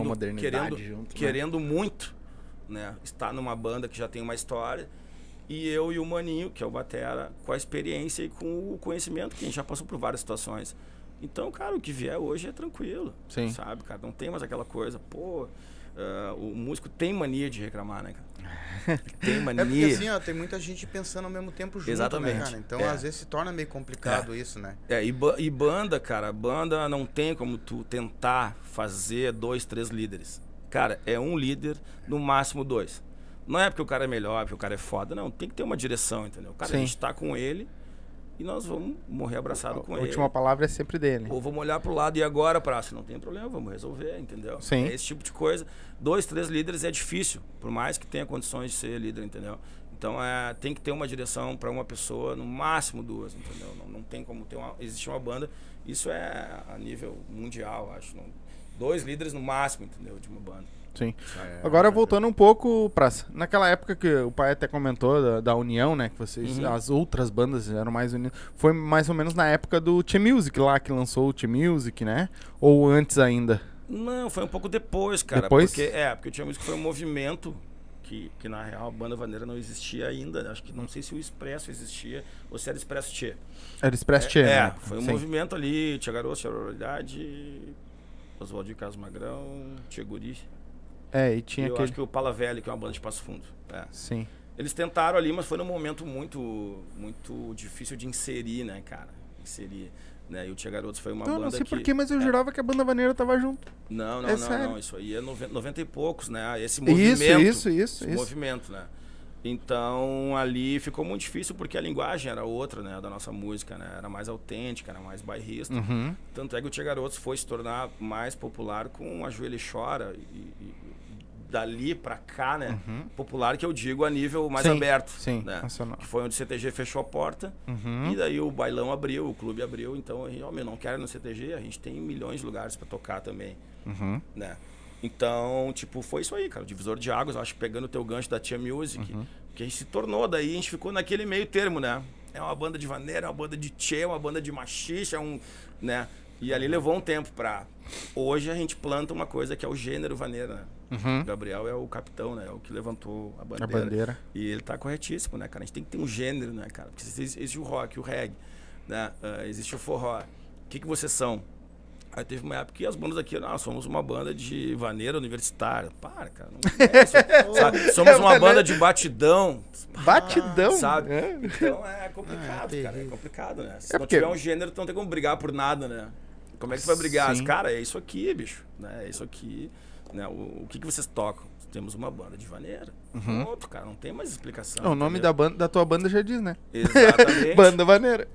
querendo muito, né? Estar numa banda que já tem uma história. E eu e o Maninho, que é o batera, com a experiência e com o conhecimento, que a gente já passou por várias situações. Então, cara, o que vier hoje é tranquilo. Sim. Sabe, cara? Não tem mais aquela coisa, pô... o músico tem mania de reclamar, né, cara? Tem mania. É porque assim, ó, tem muita gente pensando ao mesmo tempo junto, Exatamente. né, cara? Então, às vezes se torna meio complicado isso, né? E banda, cara, banda não tem como tu tentar fazer 2, 3 líderes. Cara, é um líder, no máximo 2. Não é porque o cara é melhor, porque o cara é foda, não. Tem que ter uma direção, entendeu? Cara, Sim. a gente tá com ele e nós vamos morrer abraçado com A ele. última palavra é sempre dele. Ou vamos olhar pro lado e agora, praça, não tem problema, vamos resolver, entendeu? Sim. É esse tipo de coisa. 2, 3 líderes é difícil, por mais que tenha condições de ser líder, entendeu? Então tem que ter uma direção para uma pessoa, no máximo 2, entendeu? Não tem como existir uma banda. Isso é a nível mundial, acho. 2 líderes no máximo, entendeu? De uma banda. Sim. Agora voltando um pouco, Praça. Naquela época que o pai até comentou da união, né? Que vocês, as outras bandas eram mais unidas. Foi mais ou menos na época do T-Music lá, que lançou o T-Music, né? Ou antes ainda? Não, foi um pouco depois, cara. Depois? Porque o T-Music foi um movimento que na real a banda vaneira não existia ainda. Acho que não sei se o Expresso existia ou se era Expresso Tchê. Era Expresso Tchê, né? Foi um movimento ali, Tia Garoto, Tia Oralidade, Oswaldir Carlos Magrão, Tia Guri. E tinha eu acho que o Pala Velho, que é uma banda de Passo Fundo. Sim. Eles tentaram ali, mas foi num momento muito, muito difícil de inserir, né, cara? Né? E o Tia Garotos foi uma banda que... Não sei porquê, mas eu jurava que a banda vaneira tava junto. Não. Isso aí é 90 e poucos, né? Esse movimento. Isso. Movimento, né? Então, ali ficou muito difícil porque a linguagem era outra, né? Da nossa música, né? Era mais autêntica, era mais bairrista. Tanto é que o Tia Garotos foi se tornar mais popular com Ajoelha e Chora. E dali pra cá, né? Popular que eu digo a nível mais aberto. Sim, né? nacional. Que foi onde o CTG fechou a porta. E daí o bailão abriu, o clube abriu. Então, eu não quero ir no CTG, a gente tem milhões de lugares pra tocar também. Né? Então, tipo, foi isso aí, cara. O divisor de águas, eu acho que pegando o teu gancho da Tia Music, que a gente se tornou, daí a gente ficou naquele meio termo, né? É uma banda de vaneira, é uma banda de tchê, uma banda de machixe, né? E ali levou um tempo pra... Hoje a gente planta uma coisa que é o gênero vaneira, né? O Gabriel é o capitão, né? É o que levantou a bandeira. E ele tá corretíssimo, né, cara? A gente tem que ter um gênero, né, cara? Porque existe o rock, o reggae, né? Existe o forró. O que vocês são? Aí teve uma época que as bandas aqui, somos uma banda de vaneira universitária. Para, cara. Não é isso, sabe? Somos uma banda de batidão. Batidão? Sabe? Então é complicado, cara. É complicado, né? Se não tiver um gênero, tu não tem como brigar por nada, né? Como é que tu vai brigar? Cara, é isso aqui, bicho. Né? É isso aqui. Né? O que vocês tocam? Temos uma banda de vaneira. Pronto, cara, não tem mais explicação. O nome da tua banda já diz, né? Exatamente. Banda vaneira.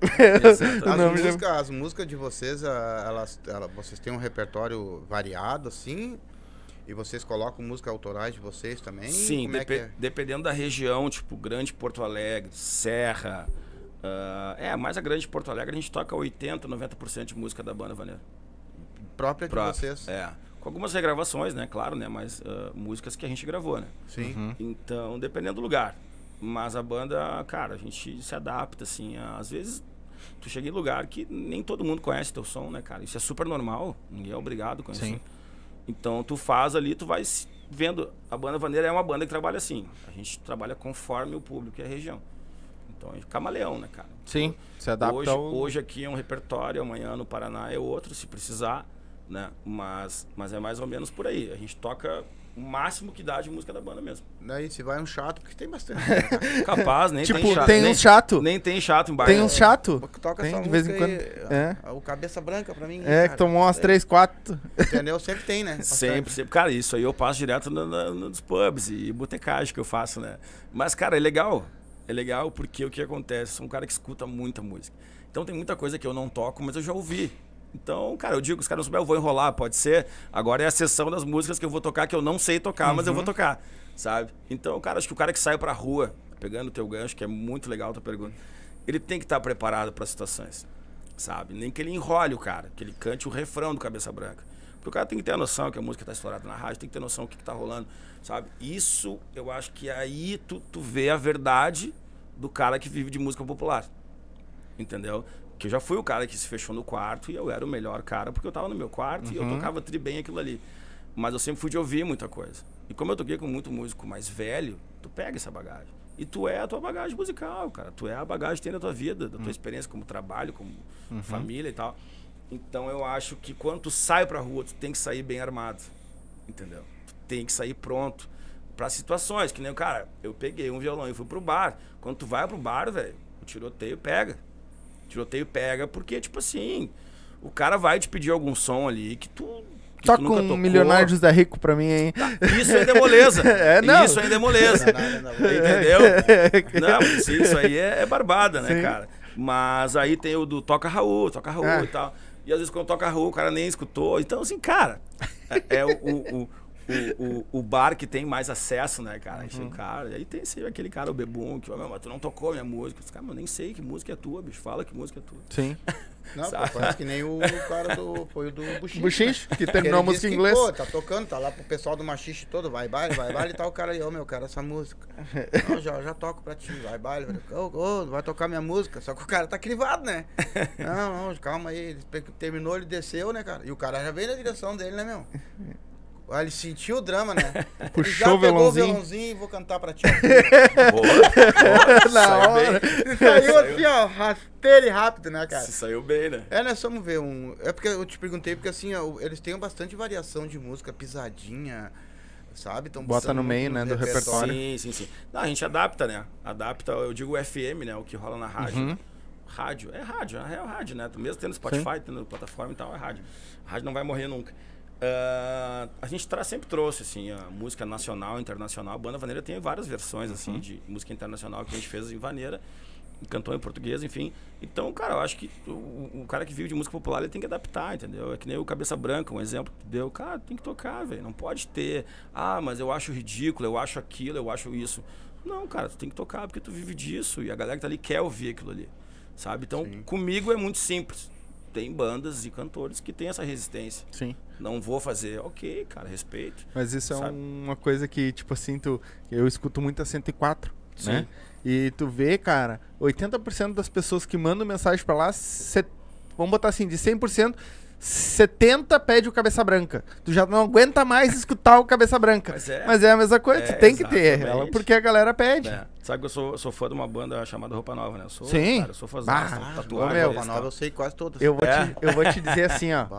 As músicas de vocês, vocês têm um repertório variado, assim? E vocês colocam música autorais de vocês também? Sim, dependendo da região, tipo Grande Porto Alegre, Serra. Mais a Grande Porto Alegre, a gente toca 80%, 90% de música da banda vaneira. Própria de vocês? Com algumas regravações, né? Claro, né? Mas músicas que a gente gravou, né? Sim. Então, dependendo do lugar. Mas a banda, cara, a gente se adapta, assim. Às vezes, tu chega em lugar que nem todo mundo conhece teu som, né, cara? Isso é super normal. Ninguém é obrigado a conhecer. Sim. Então, tu faz ali, tu vai vendo. A banda vaneira é uma banda que trabalha assim. A gente trabalha conforme o público e a região. Então, é camaleão, né, cara? Sim, se adapta hoje aqui é um repertório, amanhã no Paraná é outro, se precisar. Né? Mas é mais ou menos por aí. A gente toca o máximo que dá de música da banda mesmo. Daí se vai um chato, porque tem bastante. Capaz, nem tipo, tem chato. Tem um chato? Nem tem chato em baile. Tem um chato? Toca tem, essa de vez em quando. O Cabeça Branca pra mim. Que tomou umas 3, 4. Entendeu? Sempre tem, né? Sempre. Cara, isso aí eu passo direto nos pubs e botecagem que eu faço, né? Mas, cara, é legal. É legal porque o que acontece? Eu sou um cara que escuta muita música. Então tem muita coisa que eu não toco, mas eu já ouvi. Então, cara, eu digo, os caras não souberem, eu vou enrolar, pode ser. Agora é a sessão das músicas que eu vou tocar, que eu não sei tocar, mas eu vou tocar, sabe? Então, cara, acho que o cara que sai pra rua, pegando o teu gancho, que é muito legal a tua pergunta, ele tem que estar preparado para situações, sabe? Nem que ele enrole o cara, que ele cante o refrão do Cabeça Branca. Porque o cara tem que ter a noção que a música tá estourada na rádio, tem que ter noção do que tá rolando, sabe? Isso, eu acho que aí tu vê a verdade do cara que vive de música popular, entendeu? Que eu já fui o cara que se fechou no quarto e eu era o melhor cara porque eu tava no meu quarto e eu tocava tri bem aquilo ali. Mas eu sempre fui de ouvir muita coisa. E como eu toquei com muito músico mais velho, tu pega essa bagagem. E tu é a tua bagagem musical, cara. Tu é a bagagem que tem da tua vida, da tua experiência como trabalho, como família e tal. Então eu acho que quando tu sai pra rua, tu tem que sair bem armado. Entendeu? Tu tem que sair pronto pra situações. Que nem o cara, eu peguei um violão e fui pro bar. Quando tu vai pro bar, velho, o tiroteio pega. Tiroteio pega porque, tipo assim, o cara vai te pedir algum som ali que tu Toca nunca tocou. Milionário José Rico pra mim, hein? Isso ainda é moleza. Não. Isso ainda é moleza. Entendeu? Não, isso aí é barbada, né, cara? Mas aí tem o do Toca Raul e tal. E às vezes quando toca Raul, o cara nem escutou. Então, assim, cara, é o bar que tem mais acesso, né, cara? Cara, e aí tem sempre aquele cara, o Bebum, que, mas tu não tocou minha música. Cara, mas eu nem sei que música é tua, bicho. Fala que música é tua. Sim. Não, pô, parece que nem o cara foi o do Buchiche. Buchiche, né? Que terminou a música em inglês. Pô, tá tocando, tá lá pro pessoal do machixe todo, vai baile, e tá o cara aí, meu, cara, essa música. Não, já toco pra ti, vai baile, vai tocar minha música, só que o cara tá crivado, né? Não, calma aí, ele terminou, ele desceu, né, cara? E o cara já veio na direção dele, né, meu? Ele sentiu o drama, né? Puxou ele já pegou o violãozinho. violãozinho e vou cantar pra ti. Boa, Na saiu hora. bem. Saiu assim, ó, rasteiro e rápido, né, cara? Se saiu bem, né? Nós vamos ver um... É porque eu te perguntei, porque assim, ó, eles têm bastante variação de música, pisadinha, sabe? Tão Bota botando no meio, muito né, do repertório. Sim. Não, a gente adapta, né? Adapta, eu digo o FM, né? O que rola na rádio. Uhum. Rádio, na real é rádio, né? Mesmo tendo Spotify, tendo plataforma e tal, é rádio. A rádio não vai morrer nunca. A gente sempre trouxe, assim, a música nacional, internacional. A Banda Vaneira tem várias versões, assim, de música internacional que a gente fez em vaneira, cantou em português, enfim. Então, cara, eu acho que o cara que vive de música popular, ele tem que adaptar, entendeu? É que nem o Cabeça Branca, um exemplo que tu deu. Cara, tem que tocar, velho. Não pode ter, mas eu acho ridículo, eu acho aquilo, eu acho isso. Não, cara, tu tem que tocar porque tu vive disso e a galera que tá ali quer ouvir aquilo ali, sabe? Então, comigo é muito simples. Tem bandas e cantores que têm essa resistência. Sim. Não vou fazer, ok, cara, respeito. Mas isso sabe? é uma coisa que, tipo assim, eu escuto muito a 104, Sim. né? E tu vê, cara, 80% das pessoas que mandam mensagem pra lá, vamos botar assim, de 100%, 70 pede o Cabeça Branca. Tu já não aguenta mais escutar o Cabeça Branca. Mas é a mesma coisa, tu tem que ter ela, porque a galera pede. Sabe que eu sou fã de uma banda chamada Roupa Nova, né? Sim. Cara, eu sou fãzão, Tatuagem, Roupa Nova, eu sei quase todas. Eu vou te dizer assim, ó.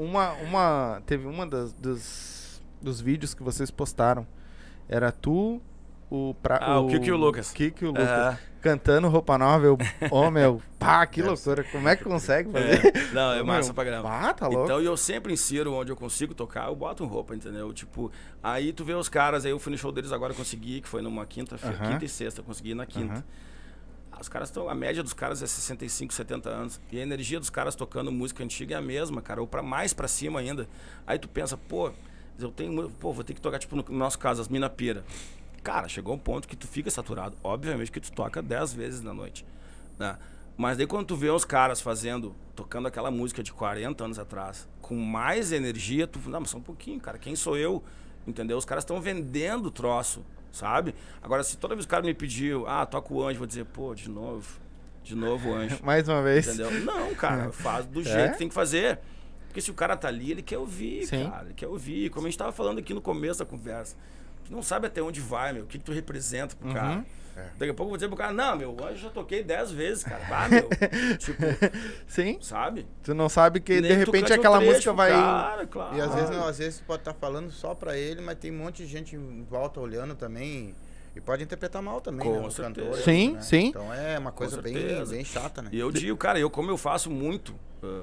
Teve uma dos vídeos que vocês postaram. Era tu, o Kiko e o Lucas. Kiko e o Lucas. Cantando Roupa Nova, que loucura. Como é que consegue fazer? Não, é massa pra caramba. Tá louco. Então, eu sempre insiro onde eu consigo tocar, eu boto roupa, entendeu? Tipo, aí tu vê os caras, aí eu fui no show deles agora, consegui, que foi numa quinta e sexta, consegui ir na quinta. Os caras a média dos caras é 65, 70 anos. E a energia dos caras tocando música antiga é a mesma, cara, ou mais pra cima ainda. Aí tu pensa, vou ter que tocar, tipo, no nosso caso, as Mina Pira. Cara, chegou um ponto que tu fica saturado. Obviamente que tu toca 10 vezes na noite, né? Mas daí quando tu vê os caras tocando aquela música de 40 anos atrás, com mais energia, mas só um pouquinho, cara. Quem sou eu? Entendeu? Os caras estão vendendo o troço, sabe? Agora, se toda vez que o cara me pediu, toca o Anjo, vou dizer, de novo o Anjo. Mais uma vez. Entendeu? Não, cara, faz do jeito que tem que fazer. Porque se o cara tá ali, ele quer ouvir, cara. Ele quer ouvir. Como a gente tava falando aqui no começo da conversa. Tu não sabe até onde vai, meu. O que tu representa pro cara. Daqui a pouco eu vou dizer pro cara, não, meu, hoje eu já toquei 10 vezes, cara. Tipo, sim. Sabe? Tu não sabe que Nem de repente aquela música vai... Cara, claro. E às vezes tu pode estar falando só pra ele, mas tem um monte de gente em volta olhando também. E pode interpretar mal também, Com né? certeza. Cantor, sim, né? sim. Então é uma coisa bem chata, né? E eu digo, cara, como eu faço muito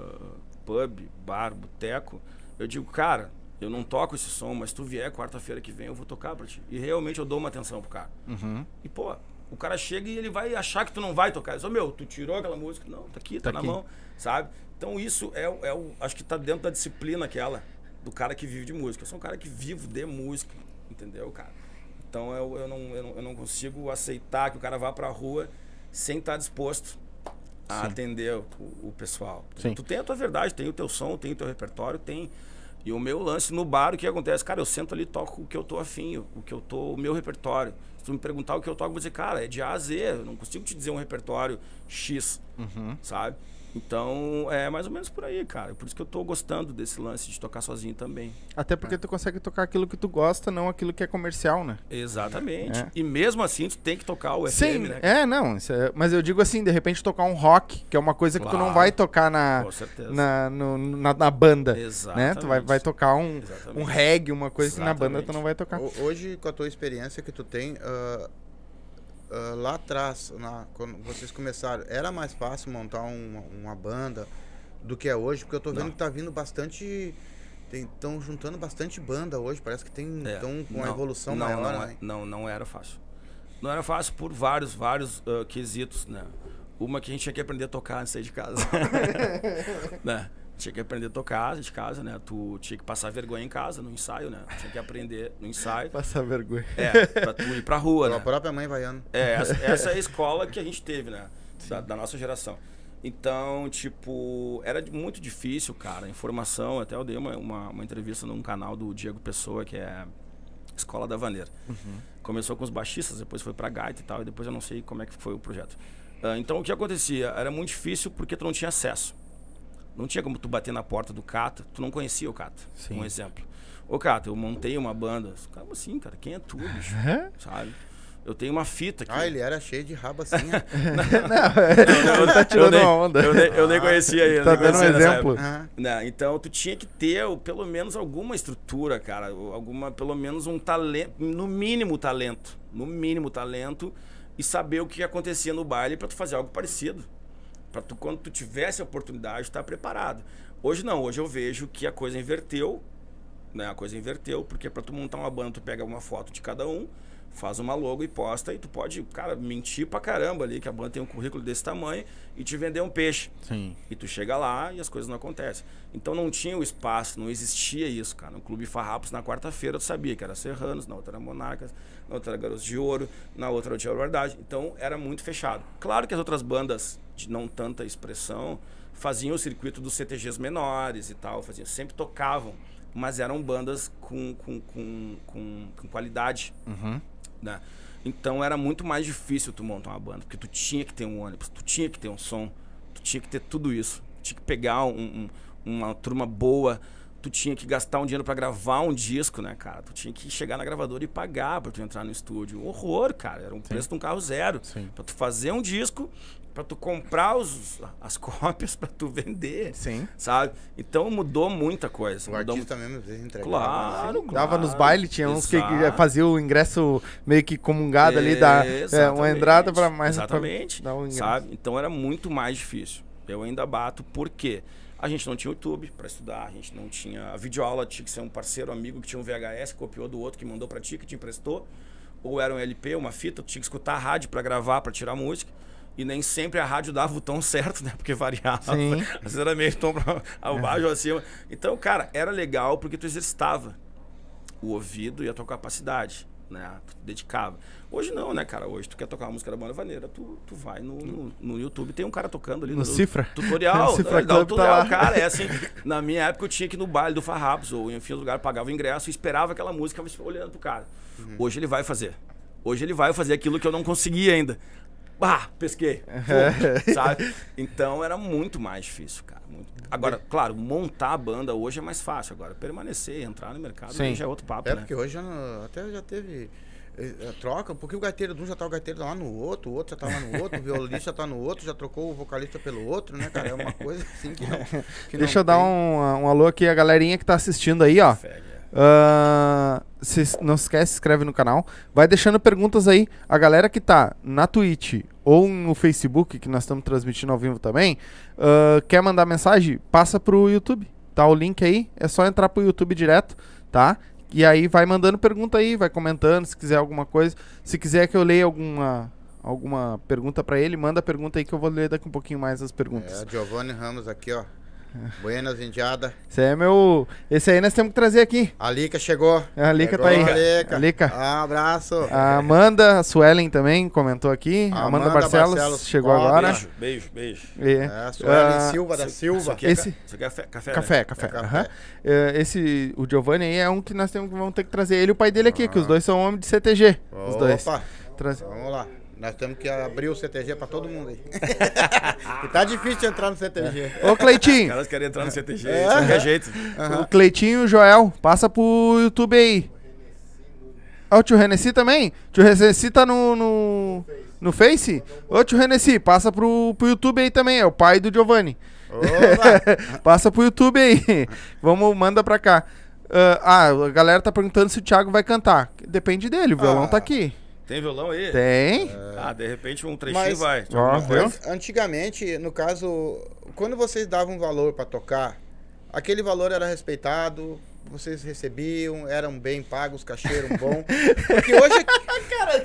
pub, bar, boteco, eu digo, cara, eu não toco esse som, mas tu vier quarta-feira que vem, eu vou tocar pra ti. E realmente eu dou uma atenção pro cara. E, o cara chega e ele vai achar que tu não vai tocar. Ele diz, tu tirou aquela música? Não, tá aqui, tá na mão, sabe? Então isso acho que tá dentro da disciplina aquela do cara que vive de música. Eu sou um cara que vivo de música, entendeu, cara? Então eu não consigo aceitar que o cara vá pra rua sem estar disposto a atender o pessoal. Sim. Tu tem a tua verdade, tem o teu som, tem o teu repertório, tem... E o meu lance no bar, o que acontece? Cara, eu sento ali e toco o que eu tô afim, o meu repertório. Se tu me perguntar o que eu toco, eu vou dizer, cara, é de A a Z. Eu não consigo te dizer um repertório X, sabe? Então, é mais ou menos por aí, cara. Por isso que eu tô gostando desse lance de tocar sozinho também. Até porque tu consegue tocar aquilo que tu gosta, não aquilo que é comercial, né? Exatamente. E mesmo assim, tu tem que tocar o FM, né? Não. Mas eu digo assim, de repente tocar um rock, que é uma coisa que tu não vai tocar na banda. Exatamente. Né? Tu vai tocar um reggae, uma coisa que na banda tu não vai tocar. Hoje, com a tua experiência que tu tem... lá atrás, quando vocês começaram, era mais fácil montar uma banda do que é hoje? Porque eu tô vendo que tá vindo bastante... Estão juntando bastante banda hoje, parece que estão com uma evolução maior. Né? Não era fácil. Não era fácil por vários quesitos, né? Uma que a gente tinha que aprender a tocar antes de sair de casa. Né? Tinha que aprender a tocar de casa, né? Tu tinha que passar vergonha em casa, no ensaio, né? Tinha que aprender no ensaio. Passar vergonha. Pra tu ir pra rua, né? A própria mãe vaiando. Essa é a escola que a gente teve, né? Da nossa geração. Então, tipo, era muito difícil, cara. A informação, até eu dei uma entrevista num canal do Diego Pessoa, que é Escola da Vaneira. Começou com os baixistas, depois foi pra gaita e tal, e depois eu não sei como é que foi o projeto. Então, o que acontecia? Era muito difícil porque tu não tinha acesso. Não tinha como tu bater na porta do Cata, tu não conhecia o Cata, um exemplo. Ô, cara, eu montei uma banda. Como assim, cara? Quem é tu, bicho? Sabe? Eu tenho uma fita aqui. Ele era cheio de rabo assim, né? Não, tá tirando uma onda. Eu nem conhecia ele. Tá dando um exemplo. Não, então, tu tinha que ter pelo menos alguma estrutura, cara. Pelo menos um talento. No mínimo talento. E saber o que acontecia no baile pra tu fazer algo parecido. Pra tu, quando tu tivesse a oportunidade, estar preparado. Hoje não. Hoje eu vejo que a coisa inverteu. Né? A coisa inverteu, porque pra tu montar uma banda, tu pega uma foto de cada um, faz uma logo e posta, e tu pode, cara, mentir pra caramba ali, que a banda tem um currículo desse tamanho, e te vender um peixe. Sim. E tu chega lá e as coisas não acontecem. Então não tinha o espaço, não existia isso, cara. No Clube Farrapos, na quarta-feira, tu sabia que era Serranos, na outra era Monarcas, na outra era Garotos de Ouro, na outra era o Tia Verdade. Então era muito fechado. Claro que as outras bandas de não tanta expressão faziam o circuito dos CTGs menores e tal, sempre tocavam, mas eram bandas com qualidade. Né? Então era muito mais difícil tu montar uma banda, porque tu tinha que ter um ônibus, tu tinha que ter um som, tu tinha que ter tudo isso, tu tinha que pegar uma turma boa, tu tinha que gastar um dinheiro pra gravar um disco, né, cara? Tu tinha que chegar na gravadora e pagar pra tu entrar no estúdio. Horror, cara, era um preço de um carro zero. Sim. Pra tu fazer um disco, pra tu comprar as cópias pra tu vender. Sim. Sabe? Então mudou muita coisa. O artista mesmo às vezes entregava. Claro, Dava nos bailes, tinha uns que Exato. faziam o ingresso meio que comungado ali, uma Exatamente. entrada pra mais... Exatamente. Pra dar o ingresso. Sabe? Então era muito mais difícil. Eu ainda bato porque a gente não tinha YouTube pra estudar, a gente não tinha... A videoaula tinha que ser um parceiro, amigo que tinha um VHS, copiou do outro, que mandou pra ti, que te emprestou. Ou era um LP, uma fita, tu tinha que escutar a rádio pra gravar, pra tirar música. E nem sempre a rádio dava o tom certo, né? Porque variava. Sim. Às vezes era meio tom abaixo ou acima. Então, cara, era legal porque tu exercitava o ouvido e a tua capacidade, né? Tu te dedicava. Hoje não, né, cara? Hoje tu quer tocar uma música da banda vaneira, tu vai no YouTube, tem um cara tocando ali. No Cifra. Tutorial. Cifra Dá o Club tutorial, tá lá. cara. É assim, na minha época eu tinha que ir no baile do Farrapos, ou enfim, no lugar, pagava o ingresso e esperava aquela música, olhando pro cara. Hoje ele vai fazer. Hoje ele vai fazer aquilo que eu não conseguia ainda. Pesquei. Sabe? Então era muito mais difícil, cara. Agora, claro, montar a banda hoje é mais fácil. Agora, permanecer, entrar no mercado, já é outro papo, né? Porque hoje até já teve troca, porque o gaiteiro de um já tá o gaiteiro lá no outro, o outro já tá lá no outro, o violonista tá no outro, já trocou o vocalista pelo outro, né, cara? É uma coisa assim que não... Deixa eu dar um alô aqui, a galerinha que tá assistindo aí, ó. Se não se esquece, se inscreve no canal. Vai deixando perguntas aí. A galera que tá na Twitch ou no Facebook, que nós estamos transmitindo ao vivo também, quer mandar mensagem, passa pro YouTube. Tá o link aí, é só entrar pro YouTube direto, tá? E aí vai mandando pergunta aí, vai comentando, se quiser alguma coisa. Se quiser que eu leia alguma pergunta pra ele, manda a pergunta aí que eu vou ler daqui um pouquinho mais as perguntas. Giovanni Ramos aqui, ó. Buenas, Indiada. Esse aí nós temos que trazer aqui. A Lica chegou. A Lica tá aí. A Lica. Abraço. A Amanda, a Suelen também comentou aqui. A Amanda Barcelos chegou agora. Beijo. A Suelen Silva da Silva. Isso aqui é café. Café. O Giovanni aí é um que nós vamos ter que trazer ele e o pai dele aqui, que os dois são homens de CTG. Os dois. Vamos lá. Nós temos que abrir o CTG pra todo mundo aí. E tá difícil de entrar no CTG. Ô, Cleitinho. Os caras querem entrar no CTG, de qualquer jeito. O Cleitinho e o Joel, passa pro YouTube aí. O tio Renessi também? Tio Renessi tá no Face? Ô, tio Renessi, passa pro YouTube aí também, é o pai do Giovanni. Passa pro YouTube aí. Manda pra cá. A galera tá perguntando se o Thiago vai cantar. Depende dele, o violão tá aqui. Tem violão aí? Tem. De repente um trechinho vai. Antigamente, no caso, quando vocês davam valor pra tocar, aquele valor era respeitado, vocês recebiam, eram bem pagos, cachê eram bom. Porque hoje... Cara,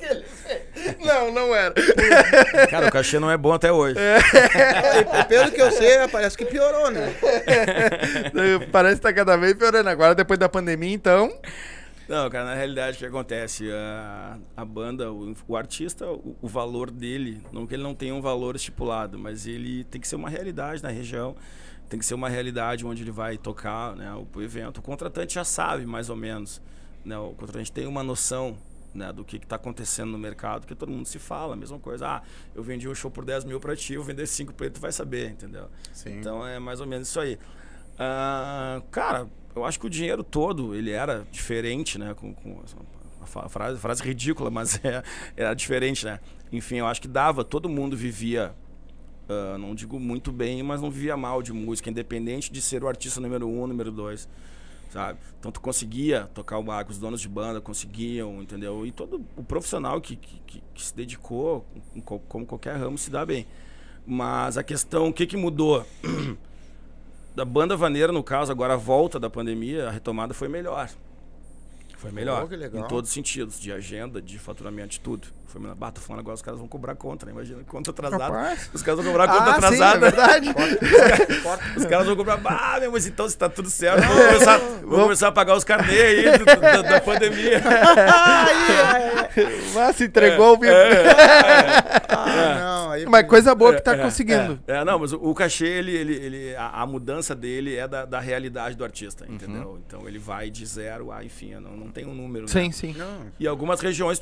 não era. Cara, o cachê não é bom até hoje. E pelo que eu sei, parece que piorou, né? Parece que tá cada vez piorando. Agora, depois da pandemia, então... Não, cara, na realidade o que acontece? A banda, o artista, o valor dele, não que ele não tenha um valor estipulado, mas ele tem que ser uma realidade na região, tem que ser uma realidade onde ele vai tocar, né, o evento. O contratante já sabe, mais ou menos, né, o contratante tem uma noção, né, do que está acontecendo no mercado, que todo mundo se fala, a mesma coisa. Eu vendi um show por 10 mil pra ti, eu vou vender 5 pra ele, tu vai saber, entendeu? Sim. Então é mais ou menos isso aí. Cara, eu acho que o dinheiro todo, ele era diferente, né? Com a frase ridícula, mas era diferente, né? Enfim, eu acho que todo mundo vivia, não digo muito bem, mas não vivia mal de música, independente de ser o artista número 1, número 2, sabe? Então tu conseguia tocar o barco, os donos de banda conseguiam, entendeu? E todo o profissional que se dedicou, como qualquer ramo, se dá bem. Mas a questão, o que mudou? Da banda vaneira, no caso, agora a volta da pandemia, a retomada foi melhor. Foi melhor, em todos os sentidos, de agenda, de faturamento, de tudo. Foi melhor. Tô falando agora, os caras vão cobrar conta, né? Imagina, conta atrasada. Rapaz. Os caras vão cobrar conta atrasada. Sim, é verdade. Os caras vão cobrar, mas então se tá tudo certo, vou começar a pagar os carnês aí da pandemia. Mas se entregou ao vivo. Não, aí... Mas coisa boa que tá conseguindo. Não, mas o cachê, a mudança dele é da realidade do artista, entendeu? Então ele vai de 0 a, enfim, não tem um número. Sim, né? sim. Não. E algumas regiões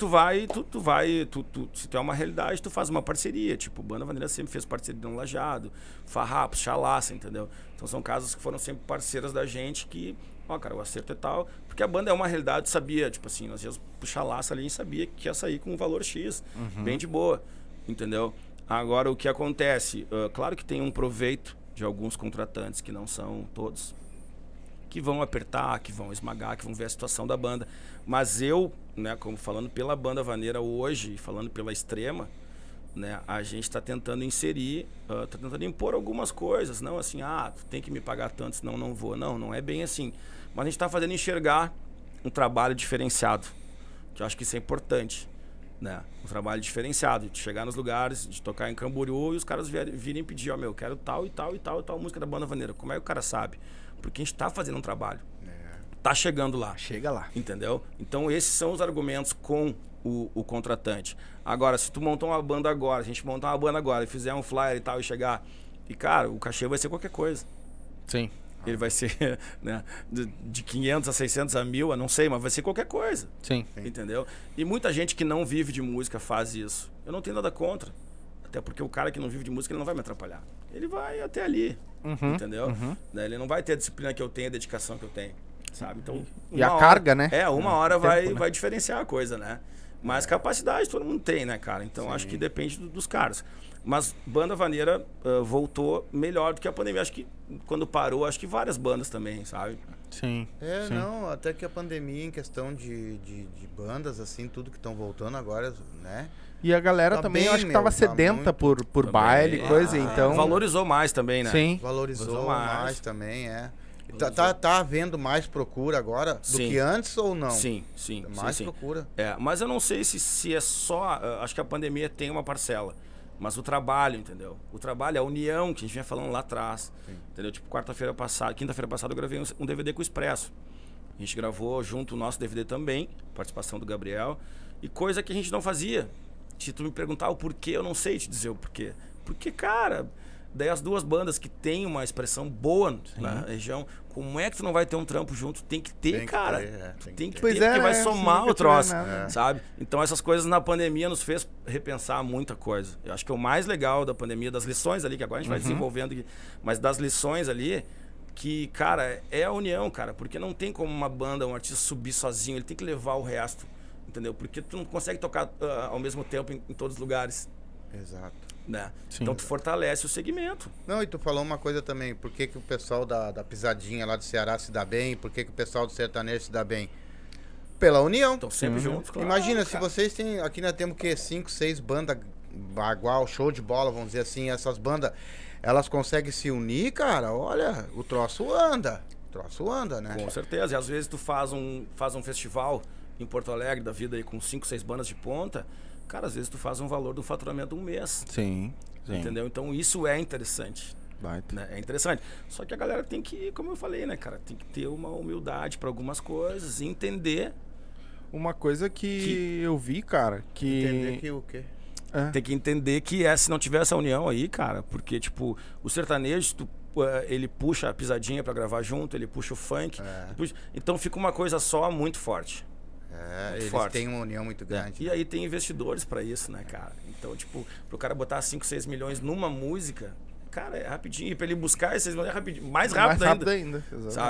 se tu é uma realidade, tu faz uma parceria. Tipo, Banda Vaneira sempre fez parceria no Lajado, Farrapos, Chalaça, entendeu? Então são casas que foram sempre parceiras da gente que, cara, o acerto é tal. Porque a banda é uma realidade, sabia, tipo assim, nós íamos pro Chalaça ali, a gente sabia que ia sair com um valor X, bem de boa, entendeu? Agora, o que acontece? Claro que tem um proveito de alguns contratantes, que não são todos, que vão apertar, que vão esmagar, que vão ver a situação da banda. Mas eu, né, como falando pela Banda Vaneira hoje, falando pela Extrema, né, a gente está tentando inserir, está tentando impor algumas coisas, não assim, tu tem que me pagar tanto, senão não vou. Não é bem assim. Mas a gente está fazendo enxergar um trabalho diferenciado, que eu acho que isso é importante, né? Um trabalho diferenciado, de chegar nos lugares, de tocar em Camboriú e os caras virem pedir, eu quero tal e tal e tal e tal música da Banda Vaneira. Como é que o cara sabe? Porque a gente tá fazendo um trabalho. Tá chegando lá. Chega lá. Entendeu? Então esses são os argumentos com o contratante. Agora, se tu montar uma banda agora, a gente montar uma banda agora e fizer um flyer e tal e chegar... E, cara, o cachê vai ser qualquer coisa. Sim. Ele vai ser, né, de 500 a 600 a 1000, não sei, mas vai ser qualquer coisa. Sim. Entendeu? E muita gente que não vive de música faz isso. Eu não tenho nada contra. Até porque o cara que não vive de música, ele não vai me atrapalhar. Ele vai até ali, entendeu? Ele não vai ter a disciplina que eu tenho, a dedicação que eu tenho, sabe? Então, e a carga, né? Uma hora tempo, vai diferenciar a coisa, né? Mas capacidade todo mundo tem, né, cara? Então, acho que depende dos caras. Mas Banda Vaneira voltou melhor do que a pandemia. Acho que quando parou, acho que várias bandas também, sabe? Sim. Sim. Não, até que a pandemia, em questão de bandas, assim, tudo que estão voltando agora, né? E a galera Tá também, bem, eu acho que tava sedenta por baile, coisa, então... Valorizou mais também, né? Sim. Valorizou mais também, Tá havendo mais procura agora do que antes ou não? Sim. Mais procura. Mas eu não sei se é só... Acho que a pandemia tem uma parcela. Mas o trabalho, entendeu? O trabalho, a união que a gente vinha falando lá atrás. Entendeu? Tipo, quinta-feira passada eu gravei um DVD com o Expresso. A gente gravou junto o nosso DVD também, participação do Gabriel. E coisa que a gente não fazia. Se tu me perguntar o porquê, eu não sei te dizer o porquê. Porque, cara, daí as duas bandas que têm uma expressão boa na região, como é que tu não vai ter um trampo junto? Tem que ter, cara. Tem que ter, porque vai somar o troço, sabe? Então essas coisas na pandemia nos fez repensar muita coisa. Eu acho que o mais legal da pandemia, das lições ali, que agora a gente vai desenvolvendo, mas das lições ali, que, cara, é a união, cara. Porque não tem como uma banda, um artista subir sozinho, ele tem que levar o resto. Entendeu? Porque tu não consegue tocar ao mesmo tempo em todos os lugares. Exato. Né? Então tu fortalece o segmento. Não, e tu falou uma coisa também, por que o pessoal da pisadinha lá do Ceará se dá bem, por que o pessoal do sertanejo se dá bem? Pela união. Estão sempre juntos, claro. Imagina, se vocês têm, aqui nós temos que 5, 6 bandas igual, show de bola, vamos dizer assim, essas bandas, elas conseguem se unir, cara, olha, o troço anda, né? Com certeza, e às vezes tu faz um festival em Porto Alegre da vida aí com 5, 6 bandas de ponta, cara, às vezes tu faz um valor do faturamento de um mês. Sim. Entendeu? Então isso é interessante. Né? É interessante. Só que a galera tem que, como eu falei, né, cara, tem que ter uma humildade para algumas coisas e entender. Uma coisa que eu vi, cara, que... Entender que o quê? Tem que entender que se não tiver essa união aí, cara, porque, tipo, o sertanejo, ele puxa a pisadinha para gravar junto, ele puxa o funk, então fica uma coisa só muito forte. Eles têm uma união muito grande. E aí tem investidores pra isso, né, cara? Então, tipo, pro cara botar 5, 6 milhões numa música, cara, é rapidinho. E pra ele buscar esses milhões é rapidinho. Mais rápido ainda. Exatamente. Sabe?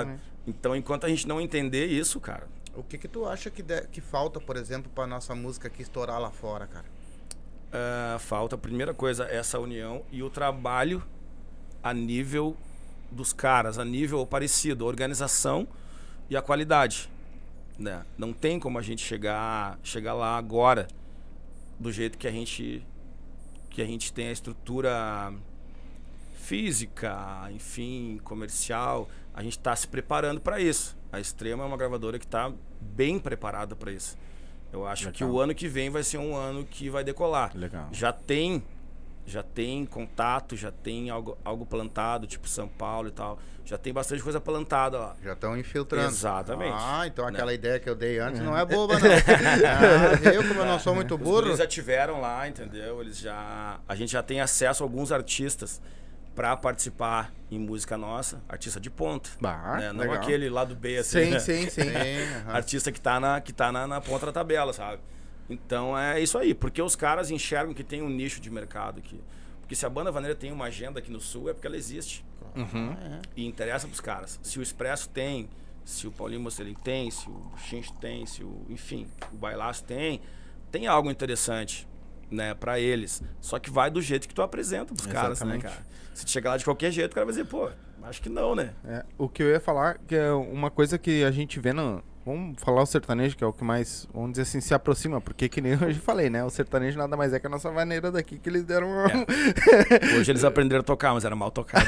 Então, enquanto a gente não entender isso, cara... O que tu acha que falta, por exemplo, pra nossa música aqui estourar lá fora, cara? Falta, a primeira coisa, essa união e o trabalho a nível dos caras, a nível parecido, a organização e a qualidade, né? Não tem como a gente chegar lá agora do jeito que a gente tem a estrutura física, enfim, comercial. A gente está se preparando para isso. A Extrema é uma gravadora que está bem preparada para isso. Eu acho que o ano que vem vai ser um ano que vai decolar. Legal. Já tem contato, já tem algo plantado, tipo São Paulo e tal. Já tem bastante coisa plantada lá. Já estão infiltrando. Exatamente. Então aquela ideia que eu dei antes não é boba, não. Eu, como eu não sou muito burro... Eles já tiveram lá, entendeu? A gente já tem acesso a alguns artistas para participar em música nossa, artista de ponta, né? Não legal. aquele lá do B, assim, né? Sim. Artista que tá na ponta da tabela, sabe? Então é isso aí, porque os caras enxergam que tem um nicho de mercado aqui. Porque se a Banda Vaneira tem uma agenda aqui no Sul, é porque ela existe. E interessa pros caras. Se o Expresso tem, se o Paulinho Mocelin tem, se o Chincho tem, enfim, o Bailaço tem algo interessante, né, pra eles. Só que vai do jeito que tu apresenta pros caras, né, cara? Se tu chegar lá de qualquer jeito, o cara vai dizer, pô, acho que não, né? O que eu ia falar, que é uma coisa que a gente vê no... Vamos falar o sertanejo, que é o que mais, vamos dizer assim, se aproxima. Porque que nem eu já falei, né? O sertanejo nada mais é que a nossa vaneira daqui, que eles deram... Hoje eles aprenderam a tocar, mas era mal tocado.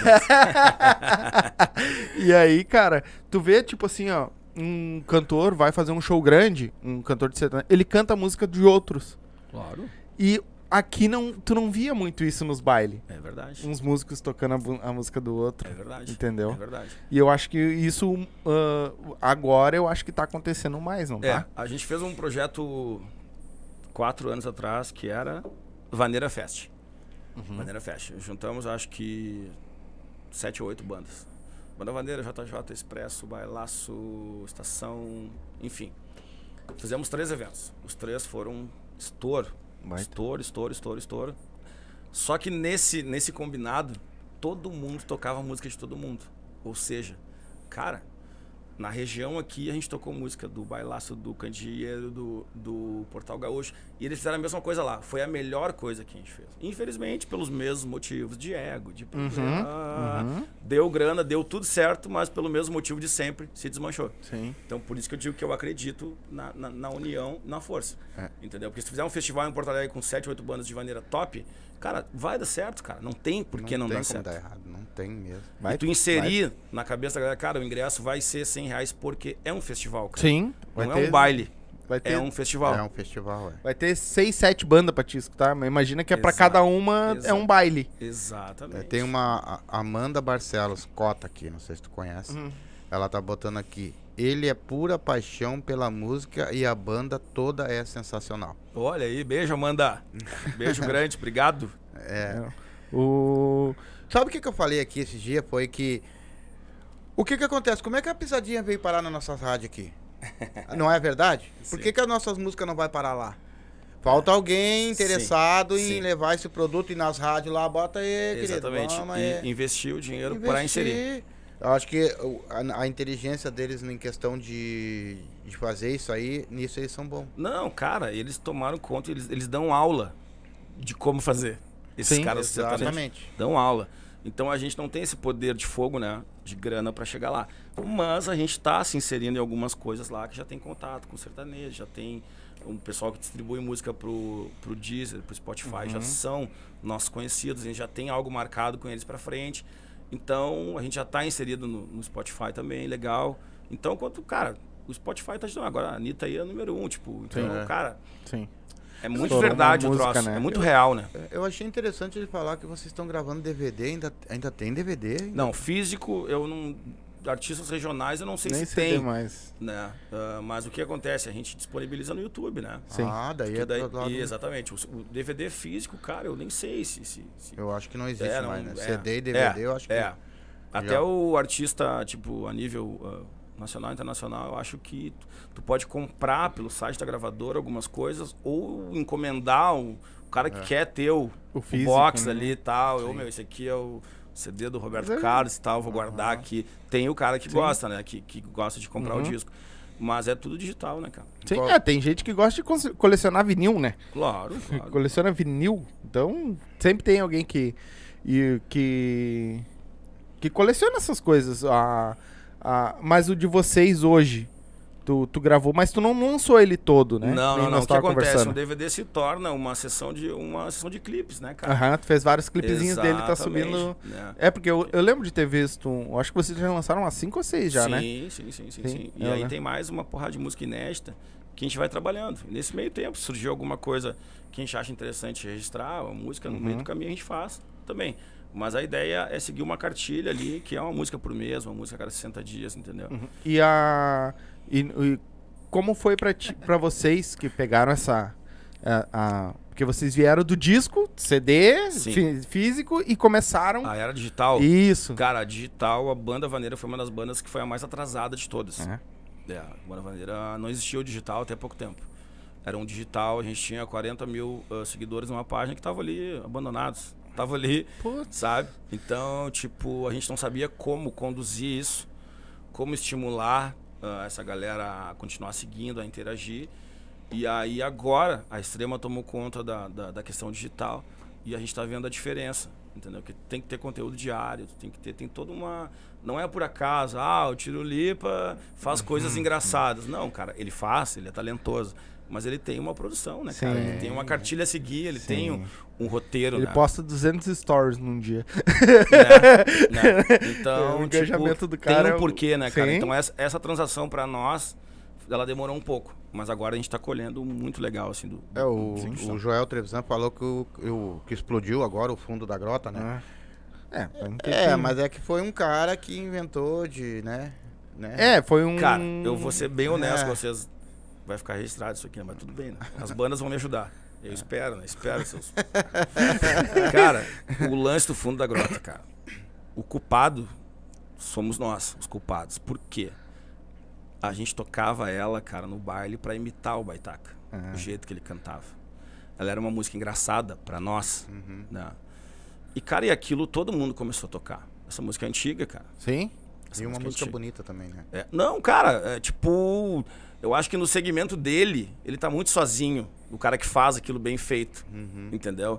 E aí, cara, tu vê, tipo assim, ó, um cantor vai fazer um show grande, um cantor de sertanejo, ele canta a música de outros. Claro. E aqui tu não via muito isso nos bailes. É verdade. Uns músicos tocando a música do outro. É verdade. Entendeu? É verdade. E eu acho que isso, agora, eu acho que tá acontecendo mais, não tá? A gente fez um projeto 4 anos atrás, que era Vaneira Fest. Vaneira Fest. Juntamos, acho que 7 ou 8 bandas. Banda Vaneira, JJ, Expresso, Bailaço, Estação, enfim. Fizemos 3 eventos. Os 3 foram estouro. Estouro. Só que nesse combinado, todo mundo tocava música de todo mundo. Ou seja, cara, na região aqui a gente tocou música do Bailaço, do Candeeiro, do Portal Gaúcho. E eles fizeram a mesma coisa lá. Foi a melhor coisa que a gente fez. Infelizmente, pelos mesmos motivos de ego, de deu grana, deu tudo certo, mas pelo mesmo motivo de sempre se desmanchou. Sim. Então, por isso que eu digo que eu acredito na união, na força. Entendeu? Porque se tu fizer um festival em Porto Alegre com 7, 8 bandas de vaneira top, cara, vai dar certo, cara. Não tem por que não dar certo. Não tem como dar errado, não tem mesmo. E tu inserir na cabeça da galera, cara, o ingresso vai ser R$100 porque é um festival, cara. Sim. Não é um baile. É um festival. É um festival, Vai ter 6, 7 bandas pra te escutar, mas imagina que pra cada uma é um baile. Exatamente. Tem uma Amanda Barcelos, cota aqui, não sei se tu conhece. Ela tá botando aqui: ele é pura paixão pela música e a banda toda é sensacional. Olha aí, beijo, Amanda. Beijo grande, obrigado. Sabe o que eu falei aqui esse dia? Foi que... O que acontece? Como é que a Pisadinha veio parar na nossa rádio aqui? Não é verdade? Por que as nossas músicas não vai parar lá? Falta alguém interessado em levar esse produto e nas rádios lá, bota aí, exatamente. Querido, e investir o dinheiro para inserir. Eu acho que a inteligência deles em questão de fazer isso aí, nisso eles são bons. Não, cara, eles tomaram conta, eles dão aula de como fazer. Esses caras exatamente dão aula. Então a gente não tem esse poder de fogo, né? De grana para chegar lá. Mas a gente tá se inserindo em algumas coisas lá que já tem contato com o sertanejo, já tem um pessoal que distribui música pro Deezer, pro Spotify, já são nossos conhecidos, a gente já tem algo marcado com eles para frente. Então a gente já tá inserido no Spotify também, legal. Então, cara, o Spotify tá ajudando. Agora a Anitta aí é número 1, tipo, então, cara. Sim. É muito verdade o troço, né? É muito real, né? Eu achei interessante ele falar que vocês estão gravando DVD, ainda tem DVD? Não, físico, eu não... Artistas regionais, eu não sei nem se tem. Mais. Né? Mas o que acontece? A gente disponibiliza no YouTube, né? Sim. Daí é do lado... Exatamente. O DVD físico, cara, eu nem sei se... Eu acho que não existe mais, né? CD e DVD, eu acho que... Até o artista, tipo, a nível... nacional e internacional, eu acho que tu pode comprar pelo site da gravadora algumas coisas ou encomendar o cara que quer ter o físico, box né? ali e tal. Esse aqui é o CD do Roberto Carlos e tal, vou guardar aqui. Tem o cara que gosta, né? Que gosta de comprar o disco. Mas é tudo digital, né, cara? Sim, tem gente que gosta de colecionar vinil, né? Claro. Coleciona vinil. Então, sempre tem alguém que coleciona essas coisas. Mas o de vocês hoje, tu gravou, mas tu não lançou ele todo, né? Não. O que acontece? Um DVD se torna uma sessão de clipes, né, cara? Tu fez vários clipezinhos dele, tá subindo. É. Porque eu lembro de ter visto, eu acho que vocês já lançaram umas 5 ou 6 já, né? Sim. E aí tem mais uma porrada de música inédita que a gente vai trabalhando. Nesse meio tempo, surgiu alguma coisa que a gente acha interessante registrar, uma música no meio do caminho a gente faz também. Mas a ideia é seguir uma cartilha ali, que é uma música por mês, uma música a cada 60 dias, entendeu? E como foi pra vocês que pegaram essa... porque vocês vieram do disco, CD, físico, e começaram... A era digital? Isso. Cara, a digital, a Banda Vaneira foi uma das bandas que foi a mais atrasada de todas. A Banda Vaneira não existia o digital até pouco tempo. Era um digital, a gente tinha 40 mil seguidores numa página que estavam ali abandonados. Tava ali, sabe? Então, tipo, a gente não sabia como conduzir isso, como estimular essa galera a continuar seguindo, a interagir. E aí agora a Extrema tomou conta da questão digital e a gente tá vendo a diferença, entendeu? Que tem que ter conteúdo diário, tem toda uma... Não é por acaso, o Tirolipa faz coisas engraçadas. Não, cara, ele é talentoso. Mas ele tem uma produção, né, cara? Ele tem uma cartilha a seguir, ele tem um roteiro, Ele posta 200 stories num dia. Então, o engajamento do cara tem um porquê, né, cara? Então, essa transação pra nós, ela demorou um pouco. Mas agora a gente tá colhendo muito legal, assim, o Joel Trevisan falou que explodiu agora o fundo da grota, né? Mas é que foi um cara que inventou né? Foi um... Cara, eu vou ser bem honesto com vocês. Vai ficar registrado isso aqui, mas tudo bem, né? As bandas vão me ajudar. Eu espero, né? Espero seus... Cara, o lance do fundo da grota, cara. O culpado somos nós, os culpados. Por quê? A gente tocava ela, cara, no baile pra imitar o Baitaca. O jeito que ele cantava. Ela era uma música engraçada pra nós, né? E, cara, aquilo todo mundo começou a tocar. Essa música é antiga, cara. Sim. E uma música bonita também, né? Não, cara, tipo... Eu acho que no segmento dele, ele tá muito sozinho. O cara que faz aquilo bem feito, entendeu?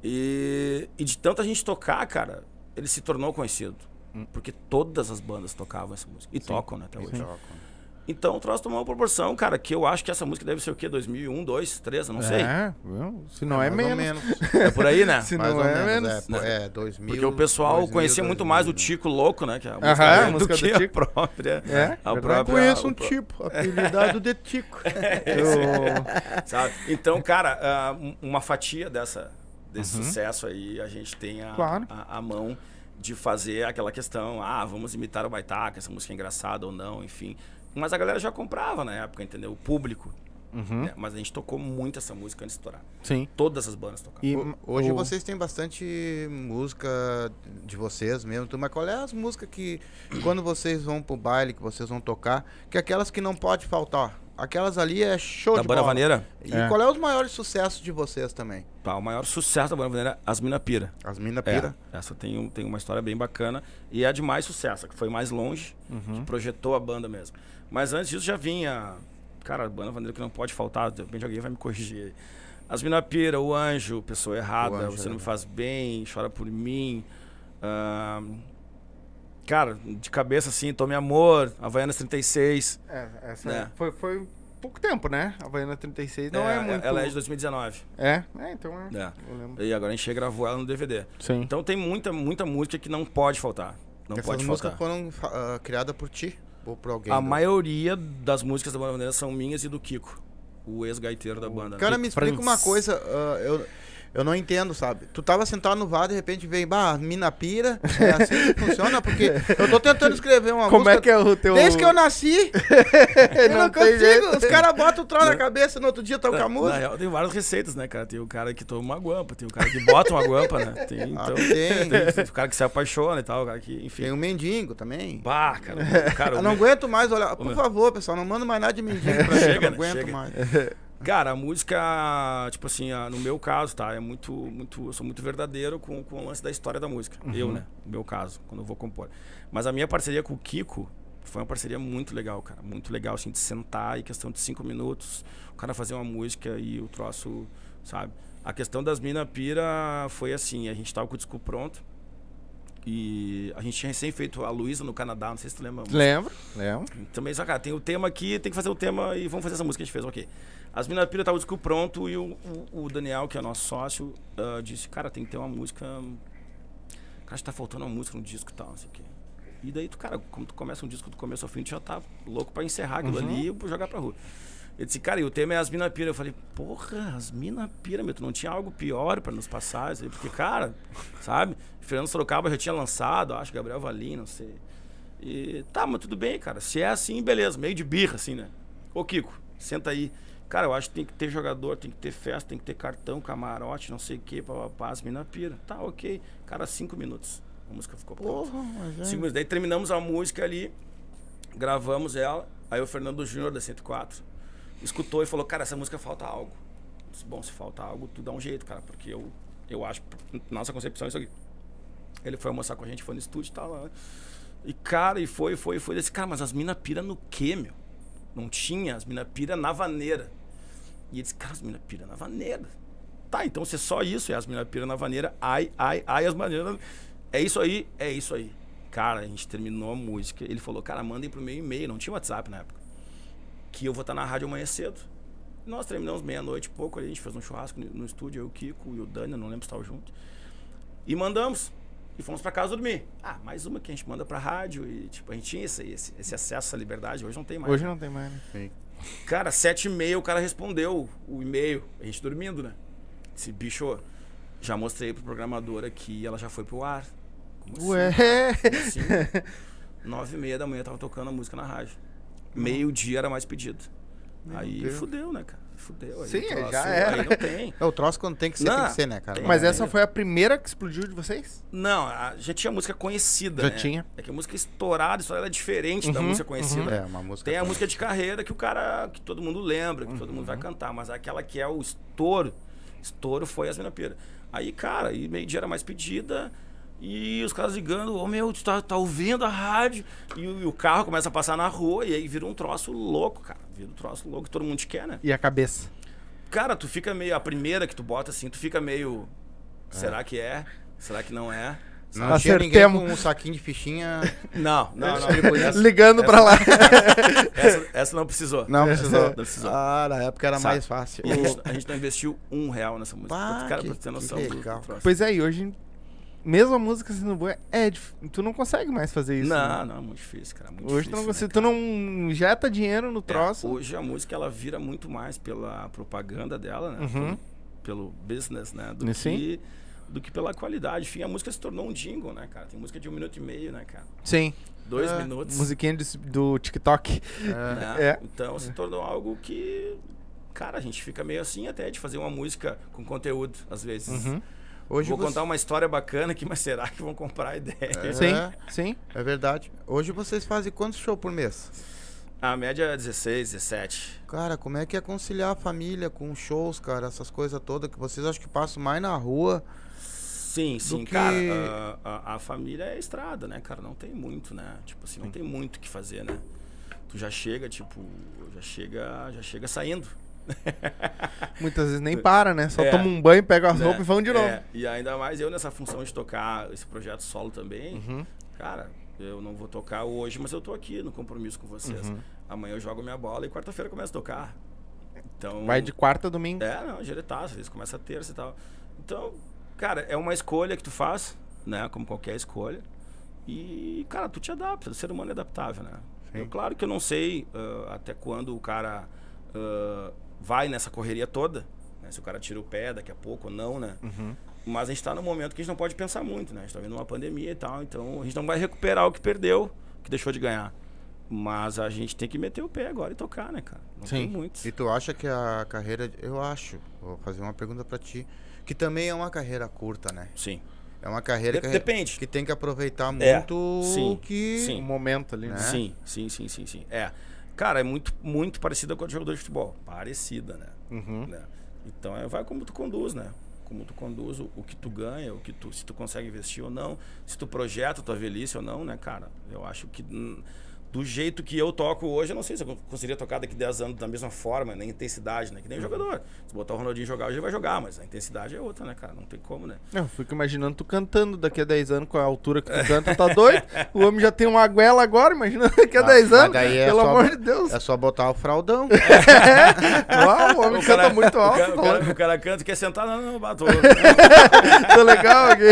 E de tanta gente tocar, cara, ele se tornou conhecido. Porque todas as bandas tocavam essa música. E tocam, né, até hoje. Então o troço tomou uma proporção, cara, que eu acho que essa música deve ser o quê? 2001, 2002, 2003, eu não sei. Se não é menos. É por aí, né? Se não é menos. 2000. Porque o pessoal conhecia muito mais o Tico Louco, né? Que é a música do que do Tico. a própria. Eu conheço um tipo, apelidado de Tico. Sabe? Então, cara, uma fatia desse sucesso aí, a gente tem a mão de fazer aquela questão, vamos imitar o Baitaca, essa música é engraçada ou não, enfim. Mas a galera já comprava na época, entendeu? O público. Né? Mas a gente tocou muito essa música antes de estourar. Sim. Todas as bandas tocavam. Hoje vocês têm bastante música de vocês mesmo, mas qual é as músicas que, quando vocês vão pro baile, que vocês vão tocar, que aquelas que não pode faltar? Aquelas ali é show de bola. Da Banda Vaneira? E qual é os maiores sucessos de vocês também? O maior sucesso da Banda Vaneira, As Mina Pira. As Mina Pira? Essa tem uma história bem bacana e é a de mais sucesso, que foi mais longe, que projetou a banda mesmo. Mas antes disso já vinha... Cara, a Banda Vaneira que não pode faltar, de repente alguém vai me corrigir. As Mina Pira, O Anjo, Pessoa Errada, Você Não Me Faz Bem, Chora Por Mim. Cara, de cabeça assim, Tome Amor, Havaianas 36. Essa foi pouco tempo, né? Havaianas 36 não é muito... Ela é de 2019. Então eu lembro. E agora a gente gravou ela no DVD. Sim. Então tem muita música que não pode faltar. Essas músicas foram criadas por ti? Ou por alguém? A maioria das músicas da Banda Vaneira são minhas e do Kiko, o ex-gaiteiro da banda. Cara, me explica uma coisa, eu não entendo, sabe? Tu tava sentado no VAR, de repente vem, Mina Pira, é assim que funciona, porque eu tô tentando escrever uma música... Como é que é o teu... Desde que eu nasci, eu não consigo, os caras botam o troço na cabeça, no outro dia toca a música. Na real, tem várias receitas, né, cara? Tem o cara que toma uma guampa, tem o cara que bota uma guampa, né? Tem o cara que se apaixona e tal, o cara que, enfim. Tem o mendigo também. Cara, eu não aguento mais olhar, por favor, pessoal, não manda mais nada de mendigo pra gente, eu não aguento mais. Cara, a música, tipo assim, no meu caso, tá? É muito, eu sou muito verdadeiro com o lance da história da música. Eu, né? No meu caso, quando eu vou compor. Mas a minha parceria com o Kiko foi uma parceria muito legal, cara. Muito legal, assim, de sentar e questão de 5 minutos, o cara fazer uma música e o troço, sabe? A questão das Mina Pira foi assim, a gente tava com o disco pronto e a gente tinha recém feito a Luísa no Canadá, não sei se tu lembra. Lembro. Também, só cara, tem o tema aqui, tem que fazer o tema e vamos fazer essa música que a gente fez, ok. As Mina Pira tava o disco pronto e o Daniel, que é nosso sócio, disse, cara, tem que ter uma música, cara, tá faltando uma música no disco e tal, não sei o quê. E daí, cara, como tu começa um disco do começo ao fim, tu já tá louco pra encerrar aquilo ali e jogar pra rua. Ele disse, cara, e o tema é as Mina Pira. Eu falei, porra, as Mina Pira, meu, tu não tinha algo pior pra nos passar? Porque, cara, sabe? Fernando Sorocaba já tinha lançado, acho, Gabriel Valim, não sei. E tá, mas tudo bem, cara. Se é assim, beleza, meio de birra, assim, né? Ô, Kiko, senta aí. Cara, eu acho que tem que ter jogador, tem que ter festa, tem que ter cartão, camarote, não sei o quê, papapá, as Mina Pira. Tá, ok. Cara, 5 minutos. A música ficou pronta. Porra, mas 5 minutos. Daí terminamos a música ali, gravamos ela. Aí o Fernando Júnior, da 104, escutou e falou, cara, essa música falta algo. Eu disse, bom, se falta algo, tu dá um jeito, cara, porque eu acho, nossa concepção é isso aqui. Ele foi almoçar com a gente, foi no estúdio e tal, né? E, cara, e foi. Disse, cara, mas as Mina Pira no quê, meu? Não tinha as Mina Pira na vaneira. E ele disse, cara, as Mina Pira na vaneira. Tá, então se é só isso, é as Mina Pira na vaneira, ai, as maneiras. É isso aí. Cara, a gente terminou a música. Ele falou, cara, mandem pro meu e-mail. Não tinha WhatsApp na época. Que eu vou estar na rádio amanhã cedo. Nós terminamos meia-noite e pouco. A gente fez um churrasco no estúdio. Eu, o Kiko e o Dani, não lembro se estavam juntos. E mandamos. E fomos pra casa dormir. Mais uma que a gente manda pra rádio. E tipo, a gente tinha esse acesso, essa liberdade. Hoje não tem mais. Hoje não tem mais, né? Sim. Cara, 7h30 o cara respondeu o e-mail. A gente dormindo, né? Esse bicho, já mostrei pro programador aqui. Ela já foi pro ar. Como Ué! Assim? 9h30 da manhã tava tocando a música na rádio. Meio-dia era mais pedido. Aí Deus. Fudeu, né, cara? Fudeu. Aí Sim, o troço, já era. Aí não tem. É, o troço quando tem que ser, Não, tem que ser, né, cara? Mas Não, essa foi a primeira que explodiu de vocês? Não, já tinha música conhecida, Já né? tinha. É que a música estourada, ela é diferente da música conhecida. É, uma música. Tem a música de carreira que o cara, que todo mundo lembra, que todo mundo vai cantar, mas aquela que é o estouro foi as Mina Pira. Aí, cara, e meio-dia era mais pedida, e os caras ligando, ô meu, tu tá ouvindo a rádio, e o carro começa a passar na rua, e aí vira um troço louco, cara. Vira um troço louco que todo mundo te quer, né? E a cabeça? Cara, tu fica meio, a primeira que tu bota assim, tu fica meio, será que é? Será que não é? Não tinha ninguém com um saquinho de fichinha. Não. Ligando pra lá. Essa não precisou. Não precisou. Não precisou. Ah, na época era Sabe? mais fácil. E a gente não investiu R$1 nessa música. Cara, pra ter noção que do legal. troço. Pois é, e hoje, mesmo a música sendo boa, tu não consegue mais fazer isso. né? Não, é muito difícil, cara. Muito Hoje difícil, tu né, não injeta dinheiro no troço. Hoje a música ela vira muito mais pela propaganda dela, né? Pelo business, né? Do que pela qualidade. Enfim, a música se tornou um jingle, né, cara? Tem música de 1,5 minuto, né, cara? Sim. 2 minutos. Musiquinha do TikTok. Né? É. Então se tornou algo que, cara, a gente fica meio assim até de fazer uma música com conteúdo, às vezes. Hoje Vou contar uma história bacana aqui, mas será que vão comprar a ideia? Sim. É verdade. Hoje vocês fazem quantos shows por mês? A média é 16, 17. Cara, como é que é conciliar a família com shows, cara? Essas coisas todas que vocês acham que passam mais na rua. Sim, que- cara, a família é estrada, né, cara? Não tem muito, né? Tipo assim, não tem muito o que fazer, né? Tu já chega, tipo, já chega saindo. Muitas vezes nem para, né? Só É. toma um banho, pega as Né? roupas e vão de novo. E ainda mais eu nessa função de tocar esse projeto solo também. Cara, eu não vou tocar hoje, mas eu tô aqui no compromisso com vocês. Amanhã eu jogo minha bola e quarta-feira eu começo a tocar. Então, Vai de quarta a domingo. não, diretaço, às vezes começa a terça e tal. Então, cara, é uma escolha que tu faz, né? Como qualquer escolha. E, cara, tu te adapta, o ser humano é adaptável, né? Claro que eu não sei até quando o cara vai nessa correria toda, né? Se o cara tira o pé daqui a pouco ou não, né? Mas a gente tá num momento que a gente não pode pensar muito, né? A gente tá vendo uma pandemia e tal, então a gente não vai recuperar o que perdeu, que deixou de ganhar. Mas a gente tem que meter o pé agora e tocar, né, cara? Não tem muitos. E tu acha que a carreira... Eu acho, vou fazer uma pergunta pra ti, que também é uma carreira curta, né? Sim. É uma carreira Depende. que tem que aproveitar É, muito sim, o que... sim. Um momento ali, né? Né? Sim. É. Cara, é muito, muito parecida com a de jogador de futebol. Parecida, né? Uhum. Né? Então, vai como tu conduz, né? Como tu conduz, o que tu ganha, se tu consegue investir ou não, se tu projeta tua velhice ou não, né, cara? Eu acho que do jeito que eu toco hoje, eu não sei se eu conseguiria tocar daqui 10 anos da mesma forma, nem intensidade, né? Que nem jogador. Se botar o Ronaldinho jogar, hoje ele vai jogar, mas a intensidade é outra, né, cara? Não tem como, né? Eu fico imaginando tu cantando daqui a 10 anos com a altura que tu canta, tá doido? O homem já tem uma goela agora, imagina daqui a 10 anos. Daí Pelo amor de Deus. É só botar o fraldão. Uau, o homem canta muito alto. O cara canta e quer sentar, não, bato. Tô legal aqui.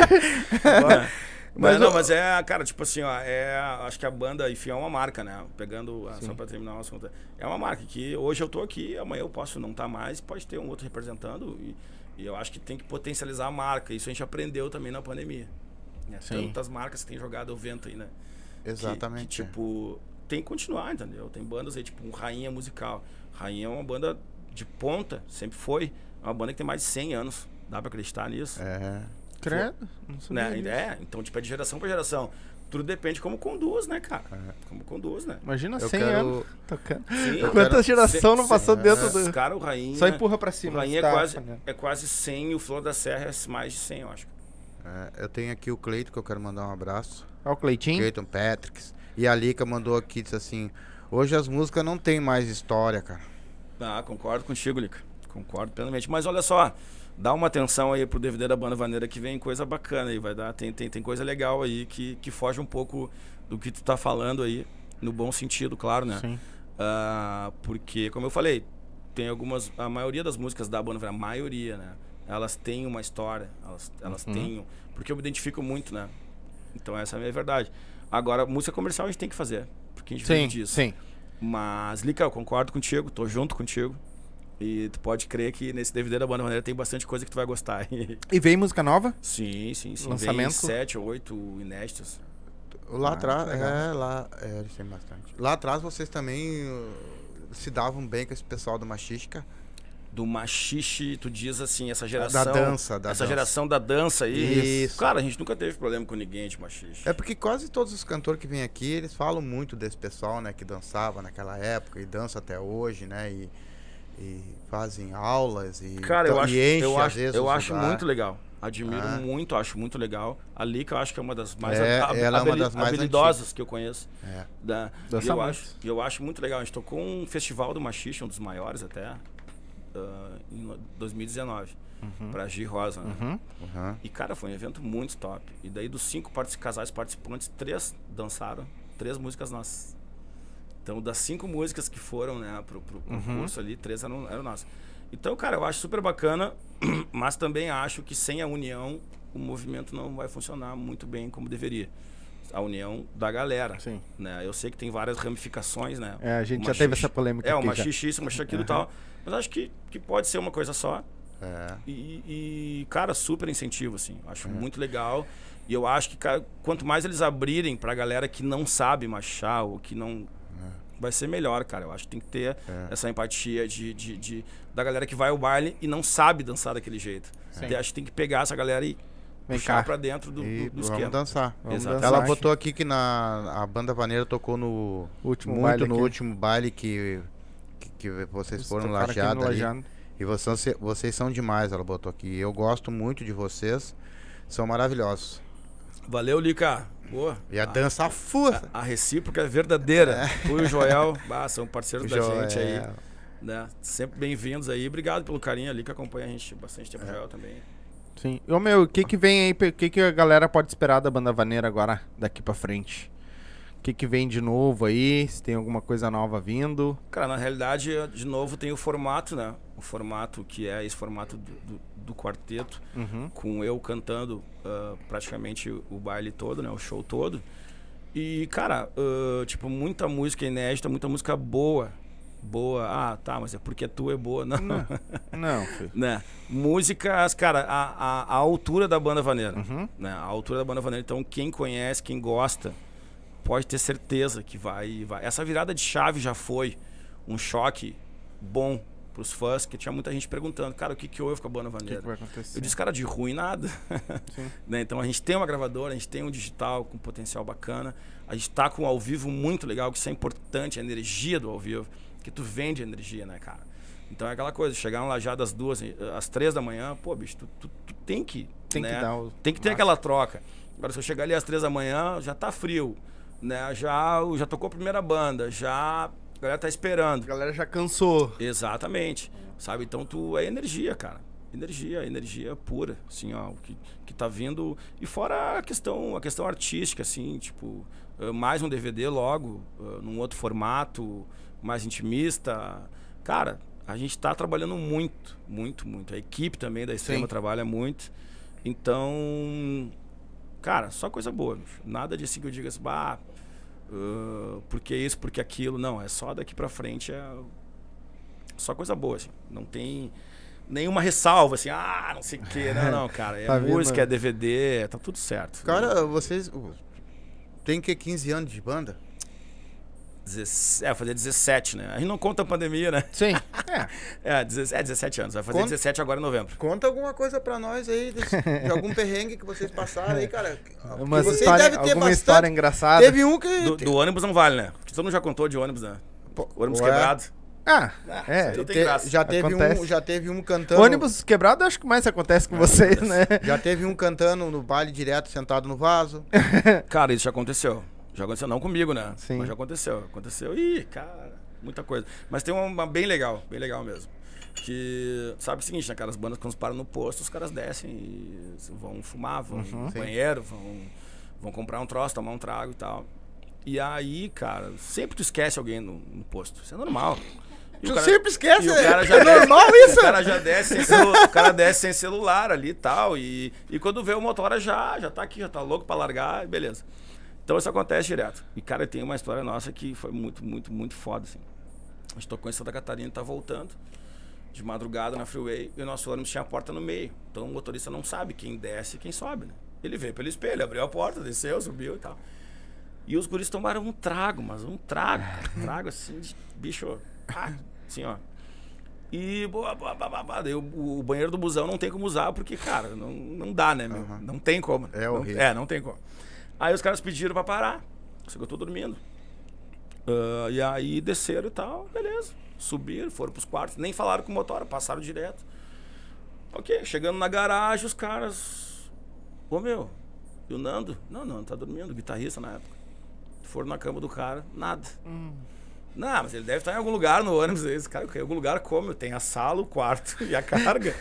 Mas cara, tipo assim, ó, acho que a banda, enfim, é uma marca, né? Pegando, só pra terminar o assunto, é uma marca que hoje eu tô aqui, amanhã eu posso não estar mais, pode ter um outro representando, e eu acho que tem que potencializar a marca. Isso a gente aprendeu também na pandemia. Né? Tantas marcas que tem jogado o vento aí, né? Exatamente. Que, tipo, tem que continuar, entendeu? Tem bandas aí, tipo, um Rainha Musical. Rainha é uma banda de ponta, sempre foi. É uma banda que tem mais de 100 anos. Dá pra acreditar nisso? Credo, não sabia disso. Então, tipo, é de geração pra geração. Tudo depende de como conduz, né, cara? Como conduz, né? Imagina 100 anos tocando. Sim, quanta geração não passou dentro do... Cara, o Rainha... Só empurra pra cima. O Rainha é quase 100 e o Flor da Serra é mais de 100, eu acho. Eu tenho aqui o Cleiton, que eu quero mandar um abraço. Olha o Cleitinho. Cleiton Patricks. E a Lica mandou aqui, disse assim, hoje as músicas não tem mais história, cara. Concordo contigo, Lica. Concordo plenamente. Mas olha só, dá uma atenção aí pro DVD da Banda Vaneira, que vem coisa bacana aí, tem coisa legal aí que foge um pouco do que tu tá falando aí, no bom sentido, claro, né? Sim. Porque, como eu falei, tem a maioria das músicas da Banda Vaneira, a maioria, né? Elas têm uma história, elas têm, porque eu me identifico muito, né? Então essa é a minha verdade. Agora, música comercial a gente tem que fazer, porque a gente vive disso. Sim. Mas, Lica, eu concordo contigo, tô junto contigo. E tu pode crer que nesse DVD da Banda Vaneira tem bastante coisa que tu vai gostar. E vem música nova? Sim. Lançamento? Vem 7 ou 8 inéditos. Lá atrás, eles têm bastante. Lá atrás vocês também se davam bem com esse pessoal do Machística? Do machixe, tu diz assim, essa geração... Da dança. Geração da dança aí. Isso. Cara, a gente nunca teve problema com ninguém de machixe. É porque quase todos os cantores que vêm aqui, eles falam muito desse pessoal, né? Que dançava naquela época e dança até hoje, né? E fazem aulas e, cara, eu acho lugar. Muito legal. Admiro muito, acho muito legal. A Lica eu acho que é uma das mais ela é uma das mais habilidosas antigas que eu conheço. E eu acho muito legal. A gente tocou um festival do machixe, um dos maiores até, em 2019, pra Gi Rosa, né? E, cara, foi um evento muito top. E daí dos 5 casais participantes, 3 dançaram 3 músicas nossas. Então, das 5 músicas que foram, né, pro concurso ali, 3 eram nossas. Então, cara, eu acho super bacana, mas também acho que sem a união, o movimento não vai funcionar muito bem como deveria. A união da galera. Sim. Né? Eu sei que tem várias ramificações, né? A gente já teve essa polêmica aqui. O machixe isso, o machixe aquilo e tal. Mas acho que pode ser uma coisa só. Cara, super incentivo, assim. Acho muito legal. E eu acho que, cara, quanto mais eles abrirem pra galera que não sabe machar ou que não... vai ser melhor, cara. Eu acho que tem que ter essa empatia da galera que vai ao baile e não sabe dançar daquele jeito. Acho que tem que pegar essa galera e puxar pra dentro do esquema. Vamos dançar. Exatamente. Ela botou aqui que a Banda Vaneira tocou no último baile que vocês foram lajeados ali. E vocês são demais, ela botou aqui. Eu gosto muito de vocês. São maravilhosos. Valeu, Lica. Boa. E a dança fuça. A recíproca é verdadeira. Tu e o Joel são parceiros da gente aí. Né? Sempre bem-vindos aí. Obrigado pelo carinho ali que acompanha a gente bastante tempo. O Joel também. Sim. Ô, meu, o que vem aí? O que a galera pode esperar da Banda Vaneira agora, daqui pra frente? O que vem de novo aí? Se tem alguma coisa nova vindo? Cara, na realidade, de novo, tem o formato, né? O formato que é esse formato do quarteto, com eu cantando praticamente o baile todo, né? O show todo. E, cara, tipo, muita música inédita, muita música boa. Tá, mas é porque tu é boa. Não, filho. Né? Músicas, cara, a altura da Banda Vaneira. Né? A altura da Banda Vaneira. Então, quem conhece, quem gosta, pode ter certeza que vai. Essa virada de chave já foi um choque bom pros fãs, que tinha muita gente perguntando, cara, o que houve com a banda Vaneira? O que vai acontecer? Eu disse, cara, de ruim nada. Né? Então a gente tem uma gravadora, a gente tem um digital com potencial bacana, a gente tá com um ao vivo muito legal, que isso é importante, a energia do ao vivo, que tu vende energia, né, cara? Então é aquela coisa, chegar lá já das 2 às 3 da manhã, pô, bicho, tu tem que, né? Tem que ter aquela troca. Agora, se eu chegar ali às 3 da manhã, já tá frio, né? Já tocou a primeira banda, já... A galera tá esperando. A galera já cansou. Exatamente. Sabe? Então tu é energia, cara. Energia pura, assim, ó, o que tá vindo. E fora a questão artística, assim, tipo, mais um DVD logo, num outro formato, mais intimista. Cara, a gente tá trabalhando muito. A equipe também da Extrema trabalha muito. Então, cara, só coisa boa, bicho. Nada de assim que eu diga assim, porque isso, porque aquilo. Não, é só daqui pra frente, só coisa boa, assim. Não tem nenhuma ressalva, assim, não sei o quê. Não, cara. É música, é DVD, tá tudo certo. Cara, vocês tem que 15 anos de banda? Fazer 17, né? A gente não conta a pandemia, né? Sim. 17 anos. Vai fazer 17 agora em novembro. Conta alguma coisa pra nós aí, de algum perrengue que vocês passaram aí, cara. Alguma história engraçada. Teve um que... Do ônibus não vale, né? Porque todo mundo já contou de ônibus, né? Ônibus quebrado. Não tem graça. Já teve um cantando... Ônibus quebrado, acho que mais acontece com vocês, né? Já teve um cantando no baile direto, sentado no vaso. Cara, isso já aconteceu. Já aconteceu, não comigo, né? Sim. Mas já aconteceu. Cara, muita coisa. Mas tem uma bem legal mesmo. Que, sabe o seguinte, né, cara? As bandas, quando param no posto, os caras descem e vão fumar, vão no banheiro, vão comprar um troço, tomar um trago e tal. E aí, cara, sempre tu esquece alguém no posto. Isso é normal. Tu sempre esquece, é normal isso? O cara já desce sem celular ali e tal. E quando vê o motora já tá aqui, já tá louco pra largar, beleza. Então isso acontece direto. E, cara, tem uma história nossa que foi muito foda, assim. A gente tocou em Santa Catarina e tá voltando de madrugada na freeway e o nosso ônibus tinha a porta no meio. Então o motorista não sabe quem desce e quem sobe, né? Ele veio pelo espelho, abriu a porta, desceu, subiu e tal. E os guris tomaram um trago, mas um trago assim, de bicho, assim, ó. E daí o banheiro do busão não tem como usar, porque, cara, não dá, né, meu? Não tem como. É horrível. Não tem como. Aí os caras pediram pra parar, só que eu tô dormindo. E aí desceram e tal, beleza. Subiram, foram pros quartos, nem falaram com o motor, passaram direto. Ok, chegando na garagem, os caras... Ô, meu, e o Nando? Não, tá dormindo, guitarrista na época. Foram na cama do cara, nada. Não, mas ele deve estar em algum lugar no ônibus. Esse cara, em algum lugar como? Tem a sala, o quarto e a carga.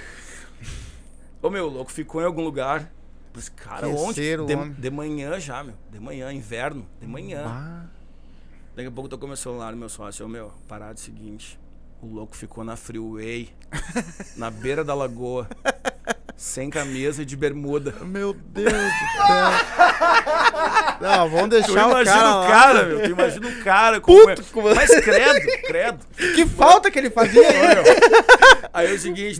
Ô, meu, o louco ficou em algum lugar. Mas, cara, ontem, de manhã já, meu. De manhã, inverno, de manhã. Daqui a pouco tocou meu celular, meu sócio. Parada é o seguinte. O louco ficou na freeway, na beira da lagoa, sem camisa e de bermuda. Meu Deus do céu. Não, vamos deixar o cara meu. Tu imagina o cara com... Mas credo. Que falta que ele fazia. Aí é o seguinte,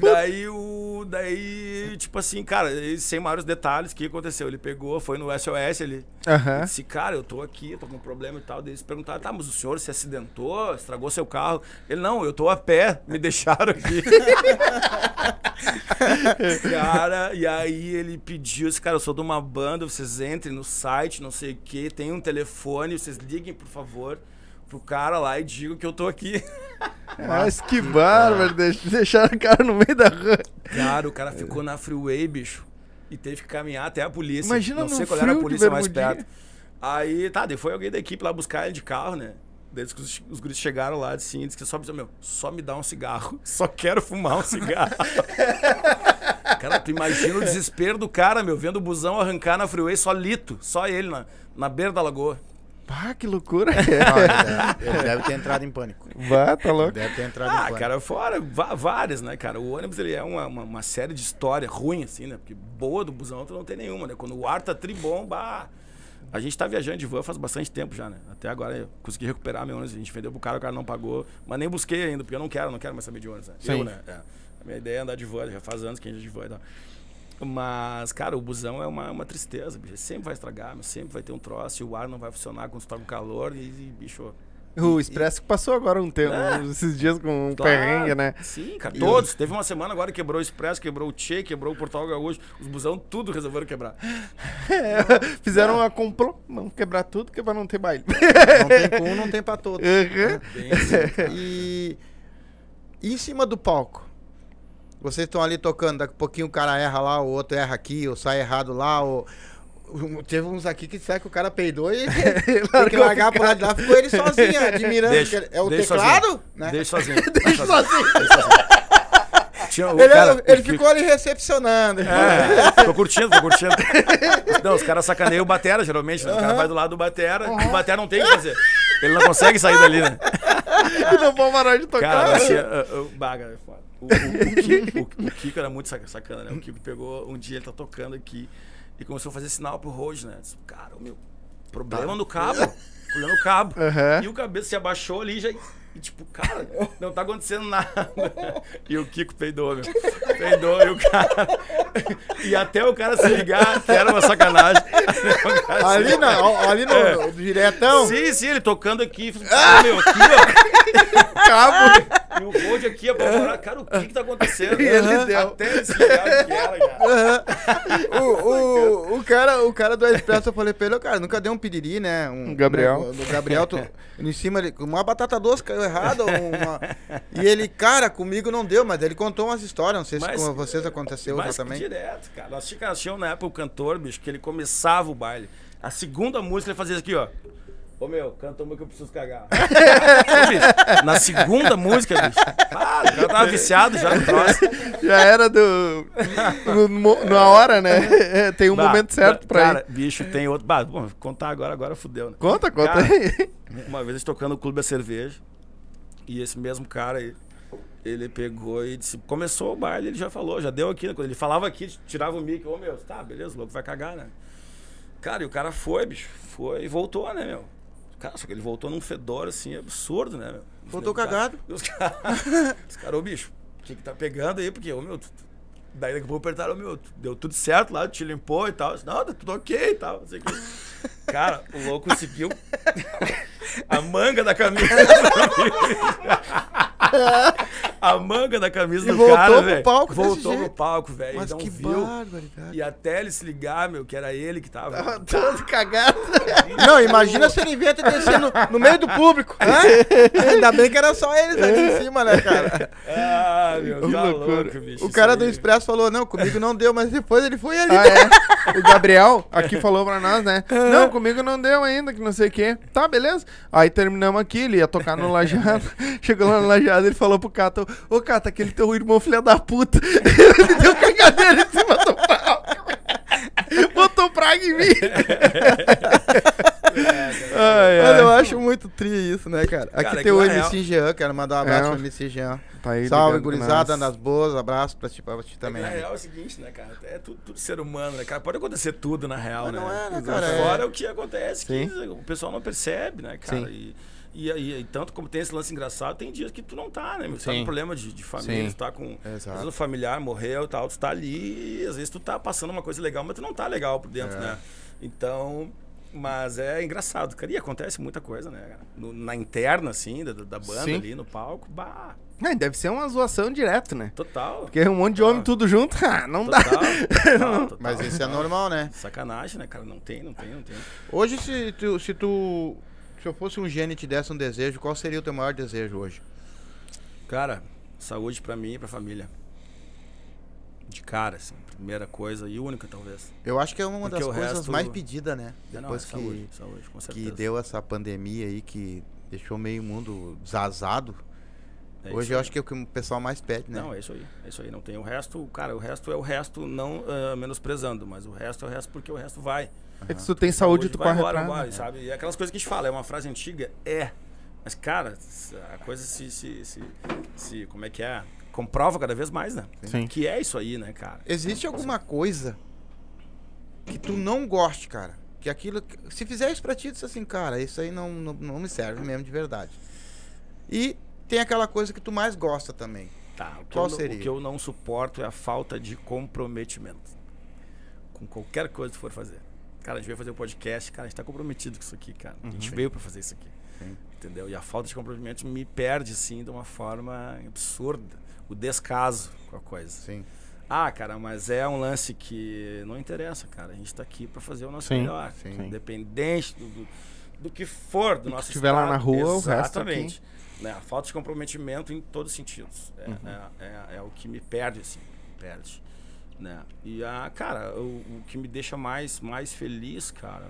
daí, tipo assim, cara, sem maiores detalhes, o que aconteceu? Ele pegou, foi no SOS, ele disse, cara, eu tô aqui, tô com um problema e tal. Daí eles perguntaram, tá, mas o senhor se acidentou, estragou seu carro? Ele, não, eu tô a pé, me deixaram aqui. Cara, e aí ele pediu, esse cara, eu sou de uma banda, vocês entrem no site, não sei o que, tem um telefone, vocês liguem, por favor, pro cara lá e digam que eu tô aqui. Mas que bárbaro, deixaram o cara no meio da rua. Cara, o cara ficou na freeway, bicho, e teve que caminhar até a polícia. Imagina, não sei qual era a polícia mais perto. Aí, daí foi alguém da equipe lá buscar ele de carro, né? Daí os guris chegaram lá assim, e disse que só me dá um cigarro, só quero fumar um cigarro. Cara, tu imagina o desespero do cara, meu, vendo o busão arrancar na freeway só ele na beira da lagoa. Que loucura. Não, ele deve ter entrado em pânico. Tá louco. Deve ter entrado em pânico. Cara, fora várias, né, cara? O ônibus, ele é uma série de história ruim, assim, né? Porque boa do busão tu não tem nenhuma, né? Quando o ar tá tribom, a gente tá viajando de van faz bastante tempo já, né? Até agora eu consegui recuperar meu ônibus. A gente vendeu pro cara, o cara não pagou. Mas nem busquei ainda, porque eu não quero mais saber de ônibus, né? Sim. Né? A minha ideia é andar de van, já faz anos que a gente anda de van e tal. Mas, cara, o busão é uma tristeza, bicho. Sempre vai estragar, sempre vai ter um troço, e o ar não vai funcionar quando tu tá com calor e bicho... O Expresso que passou agora um tempo, esses dias com um perrengue, né? Sim, cara, todos. Teve uma semana agora que quebrou o Expresso, quebrou o Tchê, quebrou o Portal Gaúcho, os busão, tudo resolveram quebrar. Fizeram uma complô, vamos quebrar tudo, que pra não ter baile. Não tem com um, não tem pra todos. Bem assim. E em cima do palco, vocês estão ali tocando, daqui a pouquinho o cara erra lá, o outro erra aqui, ou sai errado lá, ou... Teve uns aqui que disseram que o cara peidou e tem que largar pro lado de lá, ficou ele sozinho, admirando. É o teclado? Sozinho. Né? Deixa sozinho. Deixa sozinho. Ele ficou ali recepcionando. Ficou curtindo. Não, os caras sacaneiam o batera, geralmente, né? O cara vai do lado do batera, e o batera não tem o que fazer. Ele não consegue sair dali, né? E não pode parar de tocar. Cara, assim, Baga é foda. O Kiko era muito sacana, né? O Kiko pegou, um dia ele tá tocando aqui e começou a fazer sinal pro Road, né? Disse, cara, problema no cabo. Problema no cabo. E o cabeça se abaixou ali já... E tipo, cara, não tá acontecendo nada. E o Kiko peidou, meu. Peidou e o cara... E até o cara se ligar, que era uma sacanagem. Ali no diretão? Sim, ele tocando aqui. Meu, aqui, ó. Cabo. E o Road aqui, apavorado. Cara, o que tá acontecendo? E ele deu. Até ele se ligar o que era, cara. O cara do Expresso, eu falei pra ele, cara, nunca deu um piriri, né? Um Gabriel. Do Gabriel, em cima, uma batata doce caiu errado. E ele, cara, comigo não deu, mas ele contou umas histórias, não sei se com vocês aconteceu também. Direto, cara. Nós tínhamos na época o cantor, bicho, que ele começava o baile. A segunda música ele fazia isso aqui, ó. Ô meu, canta uma que eu preciso cagar. Ô, bicho, na segunda música, bicho, o cara tava viciado já no troço. Já era na hora, né? Tem um momento certo pra cara, ir. Bicho, tem outro. Bom, contar agora fudeu, né? Conta cara, aí. Uma vez tocando no Clube da Cerveja, e esse mesmo cara aí, ele pegou e disse, começou o baile, ele já falou, já deu aqui, quando ele falava aqui, tirava o mic, ô meu, tá, beleza, o louco vai cagar, né? Cara, e o cara foi, bicho, foi e voltou, né, meu? Cara, só que ele voltou num fedor, assim, absurdo, né, meu? Voltou cagado. Os caras, ô bicho, o que tá pegando aí? Porque, ô meu, daí daqui a pouco apertaram, ô meu, deu tudo certo lá, te limpou e tal. Disse, não, tá tudo ok e tal, não sei o que. Cara, o louco conseguiu a manga da camisa. A manga da camisa do cara, velho. Voltou pro palco, velho. Mas não que viu. barbaridade. E até ele se ligar, meu, que era ele que tava. Todo cagado. Não, imagina se ele inventa descer no meio do público. Ainda bem que era só eles ali em cima, né, cara? Ah, meu, tá louco, bicho. O cara do Expresso falou, não, comigo não deu, mas depois ele foi ali. O Gabriel aqui falou pra nós, né? Não, comigo não deu ainda, que não sei o quê. Tá, beleza. Aí terminamos aqui, ele ia tocar no Lajeado. Chegou lá no Lajeado, ele falou pro Cata, ô Cata, aquele teu irmão filha da puta. Ele deu cagadeira em cima do palco. Botou praga em mim. Mas eu acho muito tri isso, né, cara? Aqui tem o MC Jean, quero mandar um abraço pro MC Jean. Tá aí, salve, gurizada, nas boas, abraço pra ti também. Na real é o seguinte, né, cara? É tudo ser humano, né, cara? Pode acontecer tudo, na real, né? Não é, né, cara? Fora é o que acontece, que o pessoal não percebe, né, cara? Sim. E tanto como tem esse lance engraçado, tem dias que tu não tá, né? Você tá com problema de família, tu tá com... Às vezes o familiar morreu e tal, tu tá ali e às vezes tu tá passando uma coisa legal, mas tu não tá legal por dentro, né? Então... Mas é engraçado, cara. E acontece muita coisa, né, cara? Na interna, assim, da banda ali, no palco, bah... Deve ser uma zoação direto, né? Total. Porque um monte de homem tudo junto, não dá. Total, mas isso é normal, né? Sacanagem, né, cara? Não tem. Hoje, se eu fosse um gênio e te desse um desejo, qual seria o teu maior desejo hoje? Cara, saúde pra mim e pra família. De cara, assim. Primeira coisa e única, talvez. Eu acho que é uma das coisas mais pedidas, né? Depois saúde, com certeza. Que deu essa pandemia aí, que deixou meio mundo desazado. Hoje eu acho que é o que o pessoal mais pede, né? Não, é isso aí. Não tem o resto, cara, o resto é o resto, não menosprezando, mas o resto é o resto porque o resto vai. É que se tu tem saúde, tu corre embora, atrás, sabe? E aquelas coisas que a gente fala, é uma frase antiga, mas cara, a coisa se como é que é? Comprova cada vez mais, né? Sim. Que é isso aí, né, cara? Existe alguma coisa que tu não goste, cara? Que aquilo... Se fizer isso pra ti, tu diz assim, cara, isso aí não me serve mesmo de verdade. E tem aquela coisa que tu mais gosta também. Tá, qual seria? O que eu não suporto é a falta de comprometimento. Com qualquer coisa que tu for fazer. Cara, a gente veio fazer um podcast, cara, a gente tá comprometido com isso aqui, cara. A gente veio pra fazer isso aqui. Sim. Entendeu? E a falta de comprometimento me perde, assim, de uma forma absurda. O descaso com a coisa. Sim. Ah, cara, mas é um lance que não interessa, cara. A gente tá aqui pra fazer o nosso melhor. Sim. Independente do que for, do nosso estiver lá na rua, exatamente. o resto Né? A falta de comprometimento em todos os sentidos. É o que me perde, assim. Perde. Né? E, cara, o que me deixa mais feliz, cara,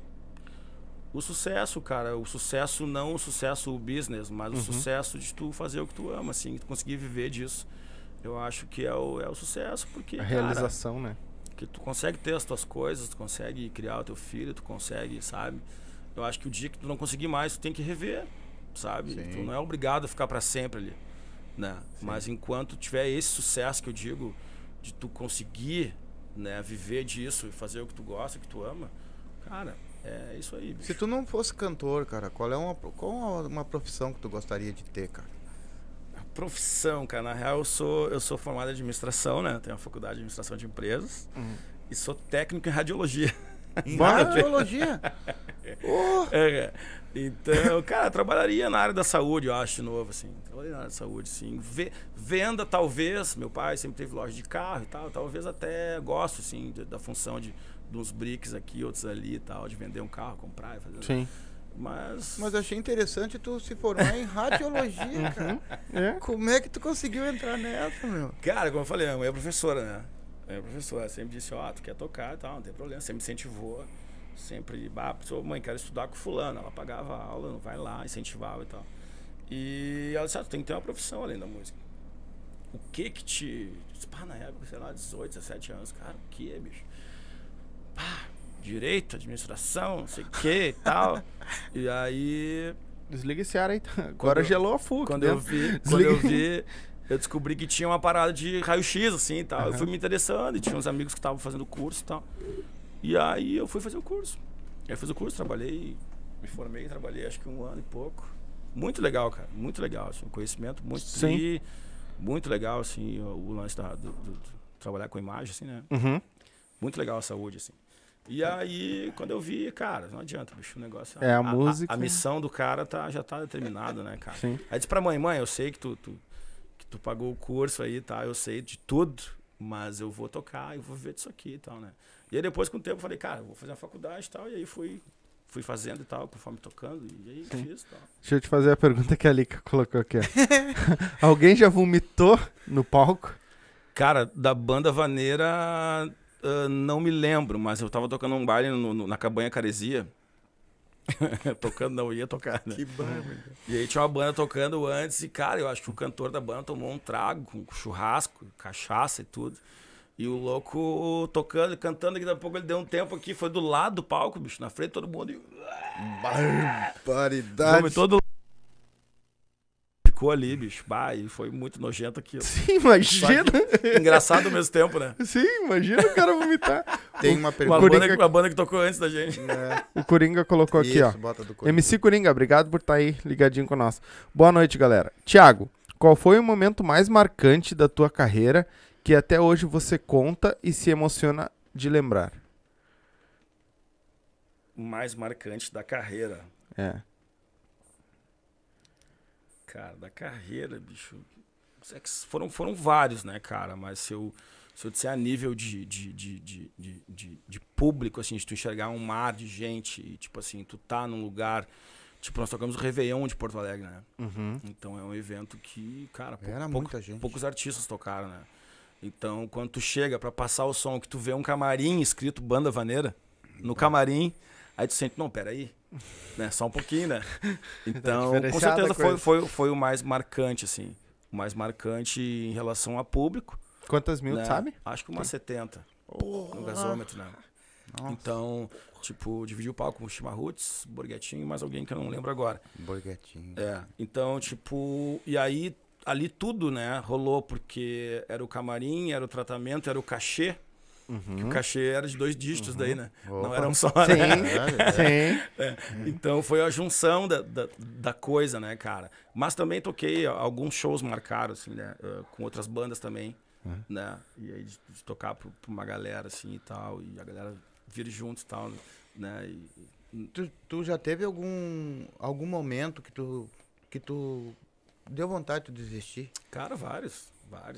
o sucesso, cara. O sucesso, não o sucesso business, mas o sucesso de tu fazer o que tu ama, assim, tu conseguir viver disso. Eu acho que é o sucesso, porque, a realização, cara, né? que tu consegue ter as tuas coisas, tu consegue criar o teu filho, tu consegue, sabe? Eu acho que o dia que tu não conseguir mais, tu tem que rever, sabe? Sim. Tu não é obrigado a ficar pra sempre ali, né? Mas enquanto tiver esse sucesso que eu digo, de tu conseguir, né, viver disso e fazer o que tu gosta, que tu ama, cara, é isso aí, bicho. Se tu não fosse cantor, cara, qual é uma profissão que tu gostaria de ter, cara? Profissão, cara, na real eu sou formado em administração, né? Tenho uma faculdade de administração de empresas e sou técnico em radiologia. Em radiologia? É, então, cara, eu trabalharia na área da saúde, eu acho, de novo, assim. Trabalharia na área da saúde, sim. Venda, talvez. Meu pai sempre teve loja de carro e tal. Talvez até gosto, assim, da função de uns bricks aqui, outros ali e tal, de vender um carro, comprar e fazer. Sim. Mas eu achei interessante tu se formar em radiologia, cara. Como é que tu conseguiu entrar nessa, meu? cara, como eu falei, a mãe é professora, né? A professora sempre disse, tu quer tocar e tal, não tem problema. Sempre incentivou. Sempre, mãe, quero estudar com fulano. Ela pagava a aula, vai lá, incentivava e tal. E ela disse, tu tem que ter uma profissão além da música. O que te... na época, sei lá, 18, 17 anos. Cara, o que, bicho? Direito, administração, não sei o que e tal. E aí... Desliga esse ar aí. Agora gelou a FUC. Quando eu vi, eu descobri que tinha uma parada de raio-x, assim, e tal. Eu fui me interessando e tinha uns amigos que estavam fazendo curso e tal. E aí eu fui fazer o curso. Aí eu fiz o curso, trabalhei, me formei, trabalhei acho que 1 ano e pouco. Muito legal, cara. Muito legal, assim. Um conhecimento muito muito legal, assim, o lance do trabalhar com imagem, assim, né? Muito legal a saúde, assim. E aí, quando eu vi, cara, não adianta, bicho, o negócio... a música... A missão do cara já tá determinada, né, cara? Sim. Aí disse pra mãe, eu sei que tu pagou o curso aí, tá? Eu sei de tudo, mas eu vou tocar, eu vou viver disso aqui e tal, né? E aí depois, com o tempo, eu falei, cara, eu vou fazer uma faculdade e tal. E aí fui fazendo e tal, conforme tocando. E aí fiz e tal. Deixa eu te fazer a pergunta que a Lika colocou aqui, ó. Alguém já vomitou no palco? Cara, da banda vaneira, não me lembro, mas eu tava tocando um baile na Cabanha Caresia. Tocando, não ia tocar, né? Que banda. E aí tinha uma banda tocando antes e, cara, eu acho que o cantor da banda tomou um trago com churrasco, cachaça e tudo. E o louco tocando, cantando, e daqui a pouco ele deu um tempo aqui, foi do lado do palco, bicho, na frente de todo mundo. E... Barbaridade. Todo ficou ali, bicho. E foi muito nojento aquilo. Sim, imagina. Engraçado ao mesmo tempo, né? Sim, imagina o cara vomitar. Tem uma pergunta. Uma banda que tocou antes da gente. O Coringa colocou aqui, ó. Bota do Coringa. MC Coringa, obrigado por estar aí ligadinho com nós. Boa noite, galera. Thiago, qual foi o momento mais marcante da tua carreira que até hoje você conta e se emociona de lembrar? O mais marcante da carreira. Cara, da carreira, bicho. Foram vários, né, cara? Mas se eu disser a nível de público, assim, de tu enxergar um mar de gente e, tipo assim, tu tá num lugar... Tipo, nós tocamos o Réveillon de Porto Alegre, né? Então é um evento que, cara, muita gente. Poucos artistas tocaram, né? Então, quando tu chega pra passar o som, que tu vê um camarim escrito Banda Vaneira, no camarim, aí tu sente, não, peraí, né? Só um pouquinho, né? Então, com certeza foi o mais marcante, assim. O mais marcante em relação a público. Quantas mil, né? sabe? Acho que umas 70 no gasômetro, né? Nossa. Então, tipo, dividi o palco com o Chimarruts, Borghetinho e mais alguém que eu não lembro agora. Borghetinho. Então, tipo, e aí ali tudo, né, rolou, porque era o camarim, era o tratamento, era o cachê. Que o cachê era de 2 dígitos daí, né? Opa. Não era um só, Sim, né? sim. Então foi a junção da coisa, né, cara? Mas também toquei alguns shows marcados, assim, né? Com outras bandas também, né? E aí de tocar pra uma galera, assim, e tal, e a galera vir juntos e tal, né? Tu já teve algum momento que tu deu vontade de desistir? Cara, vários.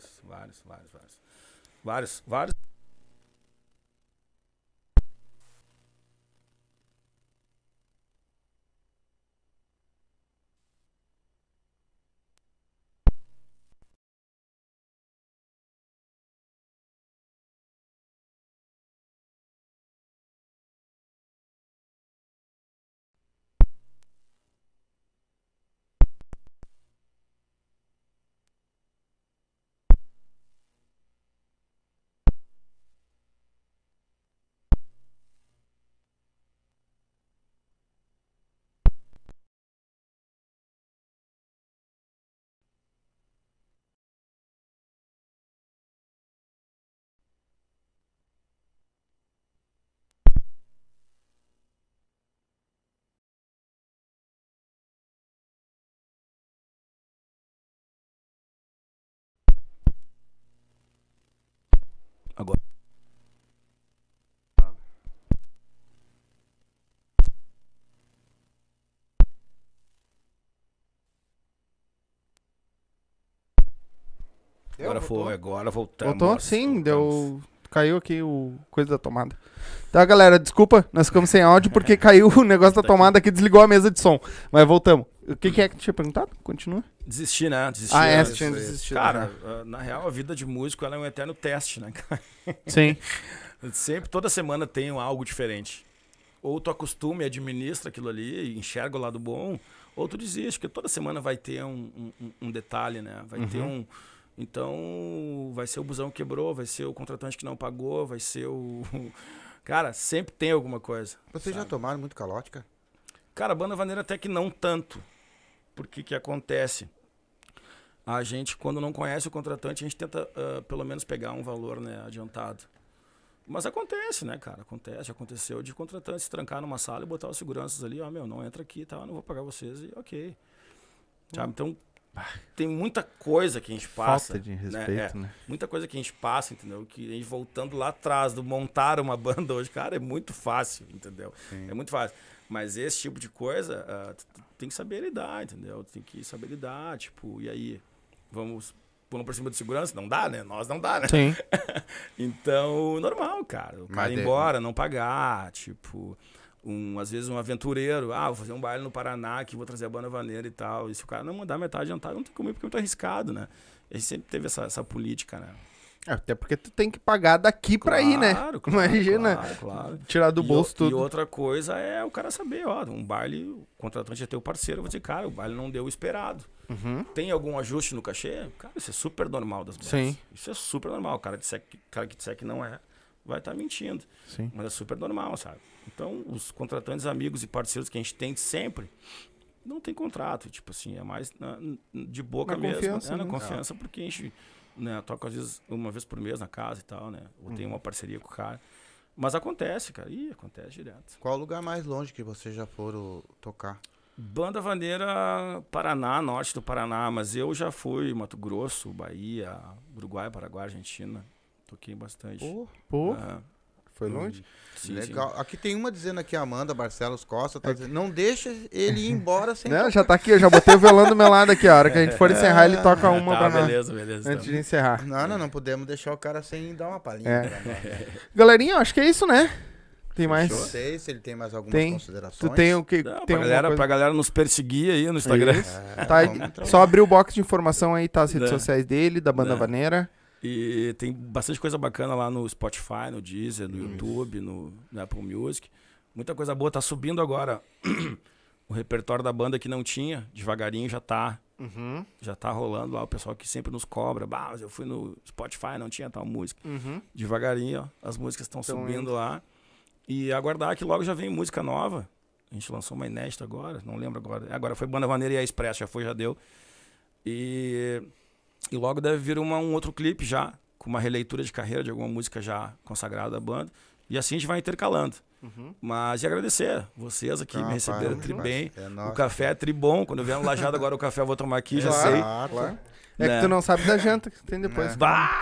Agora. Agora voltamos. Voltou? Sim, deu. Caiu aqui o coisa da tomada. Tá, galera, desculpa, nós ficamos sem áudio porque caiu o negócio da tomada aqui, desligou a mesa de som. Mas voltamos. O que é que tu tinha perguntado? Continua. Desistir, né? Você tinha desistido. Cara, na real, a vida de músico ela é um eterno teste, né, cara? Sim. Sempre, toda semana tem algo diferente. Ou tu acostuma e administra aquilo ali, e enxerga o lado bom, ou tu desiste, porque toda semana vai ter um detalhe, né? Vai ter um... Então, vai ser o busão que quebrou, vai ser o contratante que não pagou, vai ser o... Cara, sempre tem alguma coisa. Vocês já tomaram muito calote, cara? Cara, a banda vaneira até que não tanto. Porque que acontece? A gente, quando não conhece o contratante, a gente tenta pelo menos pegar um valor, né, adiantado. Mas acontece, né, cara? Aconteceu de contratante se trancar numa sala e botar os seguranças ali, não entra aqui, tá, não vou pagar vocês e ok. Sabe? Então, tem muita coisa que a gente passa. Falta de respeito, né? Muita coisa que a gente passa, entendeu? Que a gente voltando lá atrás, do montar uma banda hoje, cara, é muito fácil, entendeu? Sim. É muito fácil. Mas esse tipo de coisa, tem que saber lidar, entendeu? Tem que saber lidar, tipo, e aí? Vamos por cima de segurança? Não dá, né? Nós não dá, né? Sim. Então, normal, cara. O cara ir embora, não pagar, tipo... às vezes um aventureiro, vou fazer um baile no Paraná aqui, vou trazer a banda vaneira e tal. E se o cara não mandar metade adiantado, não tem como ir porque é muito arriscado, né? A gente sempre teve essa política, né? Até porque tu tem que pagar daqui pra ir, né? Claro, imagina. Claro. Tirar do bolso tudo. E outra coisa é o cara saber, um baile, o contratante é teu parceiro, eu vou dizer, cara, o baile não deu o esperado. Tem algum ajuste no cachê? Cara, isso é super normal das bandas. Sim. Isso é super normal. O cara que disser que não é, vai estar mentindo. Sim. Mas é super normal, sabe? Então, os contratantes, amigos e parceiros que a gente tem sempre, não tem contrato. Tipo assim, é mais de boca mesmo. Confiança, na confiança, porque a gente toca às vezes uma vez por mês na casa e tal, né? Ou tem uma parceria com o cara. Mas acontece, cara. Acontece direto. Qual o lugar mais longe que vocês já foram tocar? Banda vaneira, Paraná, norte do Paraná. Mas eu já fui Mato Grosso, Bahia, Uruguai, Paraguai, Argentina. Toquei bastante. Pô. Foi longe? Sim, legal. Sim. Aqui tem uma dizendo aqui, a Amanda Barcelos Costa, tá dizendo, não deixa ele ir embora sem tocar. Já tá aqui, eu já botei o violão do meu lado aqui, a hora que a gente for encerrar, ele toca uma pra nós. Beleza. Antes de encerrar. Não podemos deixar o cara sem dar uma palhinha. Galerinha, acho que é isso, né? Tem mais? Não sei se ele tem mais algumas considerações. Tu tem o que? Não, pra galera nos perseguir aí no Instagram. Só abrir o box de informação aí, tá? As redes sociais dele, da Banda Vaneira. E tem bastante coisa bacana lá no Spotify, no Deezer, no YouTube, no Apple Music. Muita coisa boa. Tá subindo agora o repertório da banda que não tinha. Devagarinho já tá rolando lá. O pessoal que sempre nos cobra. Mas eu fui no Spotify, não tinha tal música. Devagarinho, ó, as músicas estão subindo lá. E aguardar que logo já vem música nova. A gente lançou uma inédita agora, não lembro agora. Agora foi Banda Vaneira e a Express, já deu. E logo deve vir um outro clipe já, com uma releitura de carreira de alguma música já consagrada da banda. E assim a gente vai intercalando. Mas e agradecer vocês aqui, me receberam tri bem. O café é tri bom. Quando eu vier no Lajado agora, o café eu vou tomar aqui, já sei. Claro. É que tu não sabe da janta que tem depois.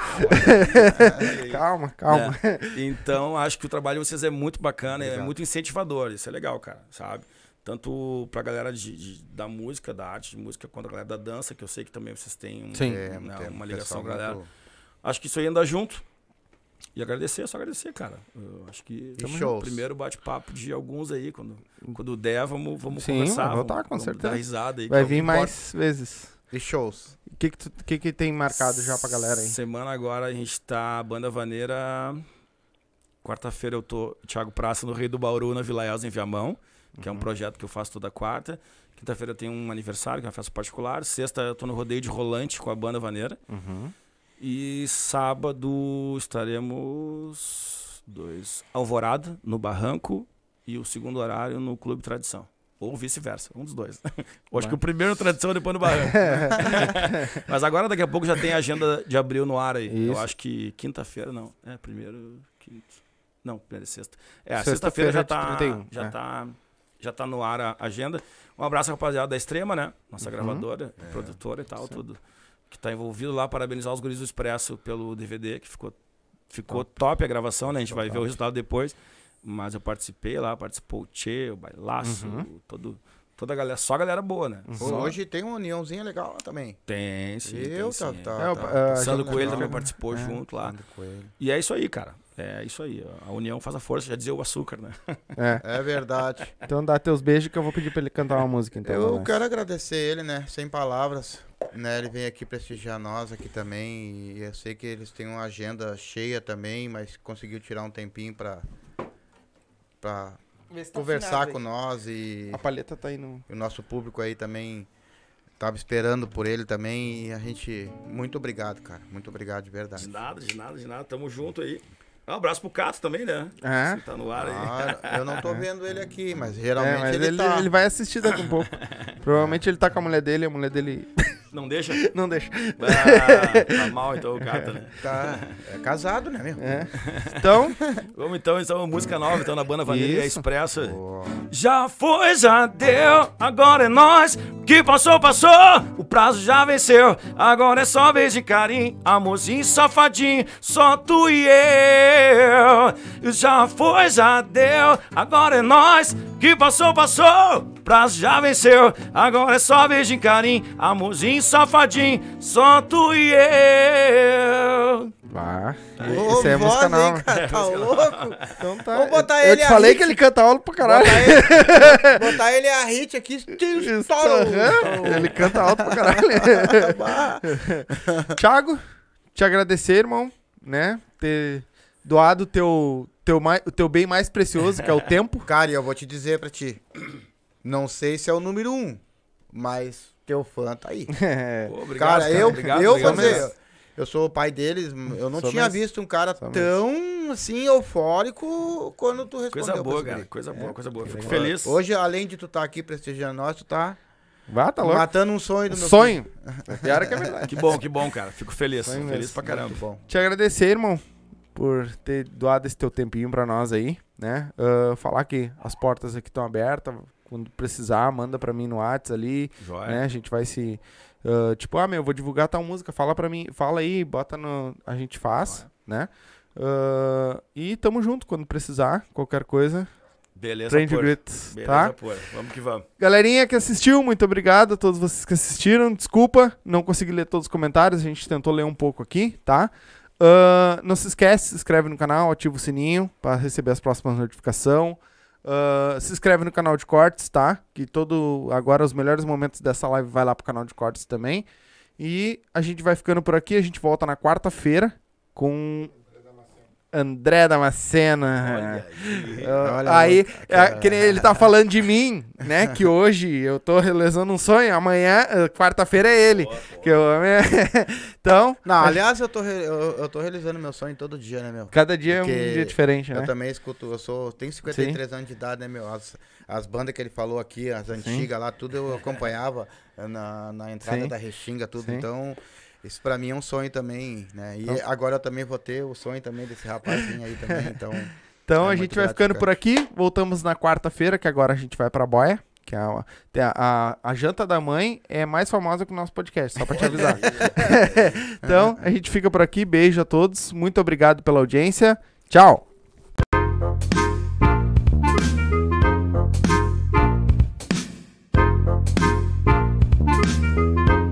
Calma. Então, acho que o trabalho de vocês é muito bacana, é muito incentivador. Isso é legal, cara, sabe? Tanto pra galera da música, da arte de música, quanto a galera da dança, que eu sei que também vocês têm uma ligação com a galera. Acho que isso aí anda junto. E só agradecer, cara. Eu acho que o primeiro bate-papo de alguns aí, quando der, vamos conversar. Vai voltar, com vamos certeza. dar risada aí. Vai vir mais vezes. E shows? O que tem marcado já pra galera aí? Semana agora a gente tá Banda Vaneira. Quarta-feira eu tô Thiago Praça no Rio do Bauru, na Vila Elza, em Viamão, que é um projeto que eu faço toda quarta. Quinta-feira eu tenho um aniversário, que é uma festa particular. Sexta eu tô no rodeio de rolante com a Banda Vaneira. E sábado estaremos Alvorada, no Barranco, e o segundo horário no Clube Tradição. Ou vice-versa, um dos dois. Acho que o primeiro no Tradição e depois no Barranco. Mas agora, daqui a pouco, já tem a agenda de abril no ar aí. Isso. Eu acho que quinta-feira, não. Primeiro, quinta. Não, primeira e sexta. Sexta-feira já tá no ar a agenda. Um abraço, rapaziada, da Extrema, né? Nossa gravadora, produtora e tal, tudo. Que tá envolvido lá, parabenizar os guris do Expresso pelo DVD, que ficou top a gravação, né? A gente vai ver o resultado depois. Mas eu participei lá, participou o Tchê, o Bailaço, toda a galera, só a galera boa, né? Hoje tem uma uniãozinha legal lá também. Tem, sim. O Sandro Coelho também participou junto lá. E é isso aí, cara. É isso aí. A união faz a força, já dizia o açúcar, né? É verdade. Então dá teus beijos que eu vou pedir pra ele cantar uma música. Então, eu quero agradecer ele, né? Sem palavras. Né? Ele veio aqui prestigiar nós aqui também. E eu sei que eles têm uma agenda cheia também, mas conseguiu tirar um tempinho pra conversar com nós. E a palheta tá aí no... o nosso público aí também tava esperando por ele também. E a gente... Muito obrigado, cara. Muito obrigado, de verdade. De nada. Tamo junto aí. Um abraço pro Cato também, né? Você tá no ar aí. Eu não tô vendo ele aqui, mas geralmente ele tá. Ele vai assistir daqui um pouco. Provavelmente ele tá com a mulher dele, a mulher dele... Não deixa? Não deixa. Tá mal então o Cato, né? Tá. É casado, né, meu? Então... Vamos então, música nova, então, na Banda Vaneira Expresso. Já foi, já deu, agora é nós. Que passou, o prazo já venceu. Agora é só vez de carinho, amorzinho safadinho, só tu e eu. Já foi, já deu, agora é nós. Que passou, prazo já venceu. Agora é só vez de carinho, amorzinho safadinho, só tu e eu. Isso é música nova. Tá louco? Então tá. Vou botar eu ele te falei que ele canta aula pro caralho. Botar ele a hit aqui, ele canta alto pra caralho. Thiago, te agradecer, irmão, né? Ter doado o teu bem mais precioso, que é o tempo. Cara, e eu vou te dizer pra ti. Não sei se é o número 1, mas teu fã tá aí. Pô, obrigado, cara, eu sou o pai deles, eu não tinha visto um cara tão, assim, eufórico quando tu respondeu. Coisa boa, cara, coisa boa. Fico feliz. Hoje, além de tu estar aqui prestigiando nós, tu tá tá louco. Matando um sonho do meu sonho. Pior que é verdade. Que bom, cara. Fico feliz. Feliz pra caramba. Bom. Te agradecer, irmão, por ter doado esse teu tempinho pra nós aí, né? Falar que as portas aqui estão abertas. Quando precisar, manda pra mim no WhatsApp ali. Joia. Né? A gente vai se... eu vou divulgar tal música. Fala pra mim. Fala aí, bota no... A gente faz, né? E tamo junto quando precisar. Qualquer coisa. Beleza, Gritos, tá? Vamos que vamos. Galerinha que assistiu, muito obrigado a todos vocês que assistiram. Desculpa, não consegui ler todos os comentários. A gente tentou ler um pouco aqui, tá? Não se esquece, se inscreve no canal, ativa o sininho para receber as próximas notificações. Se inscreve no canal de cortes, tá? Que agora os melhores momentos dessa live vai lá pro canal de cortes também. E a gente vai ficando por aqui. A gente volta na quarta-feira com André Damascena. Olha aí que nem ele tá falando de mim, né? Que hoje eu tô realizando um sonho. Amanhã, quarta-feira, é ele. Que então. Não, aliás, eu tô realizando meu sonho todo dia, né, meu? Cada dia é um dia diferente, né? Eu também escuto, tenho 53 anos de idade, né, meu? As bandas que ele falou aqui, as antigas lá, tudo eu acompanhava na entrada da Restinga, tudo. Sim. Então, isso pra mim é um sonho também, né? E agora eu também vou ter o sonho também desse rapazinho aí também, então... Então a gente vai ficando por aqui, voltamos na quarta-feira, que agora a gente vai pra Boia, Que a janta da mãe é mais famosa que o nosso podcast, só pra te avisar. Então, a gente fica por aqui. Beijo a todos. Muito obrigado pela audiência. Tchau!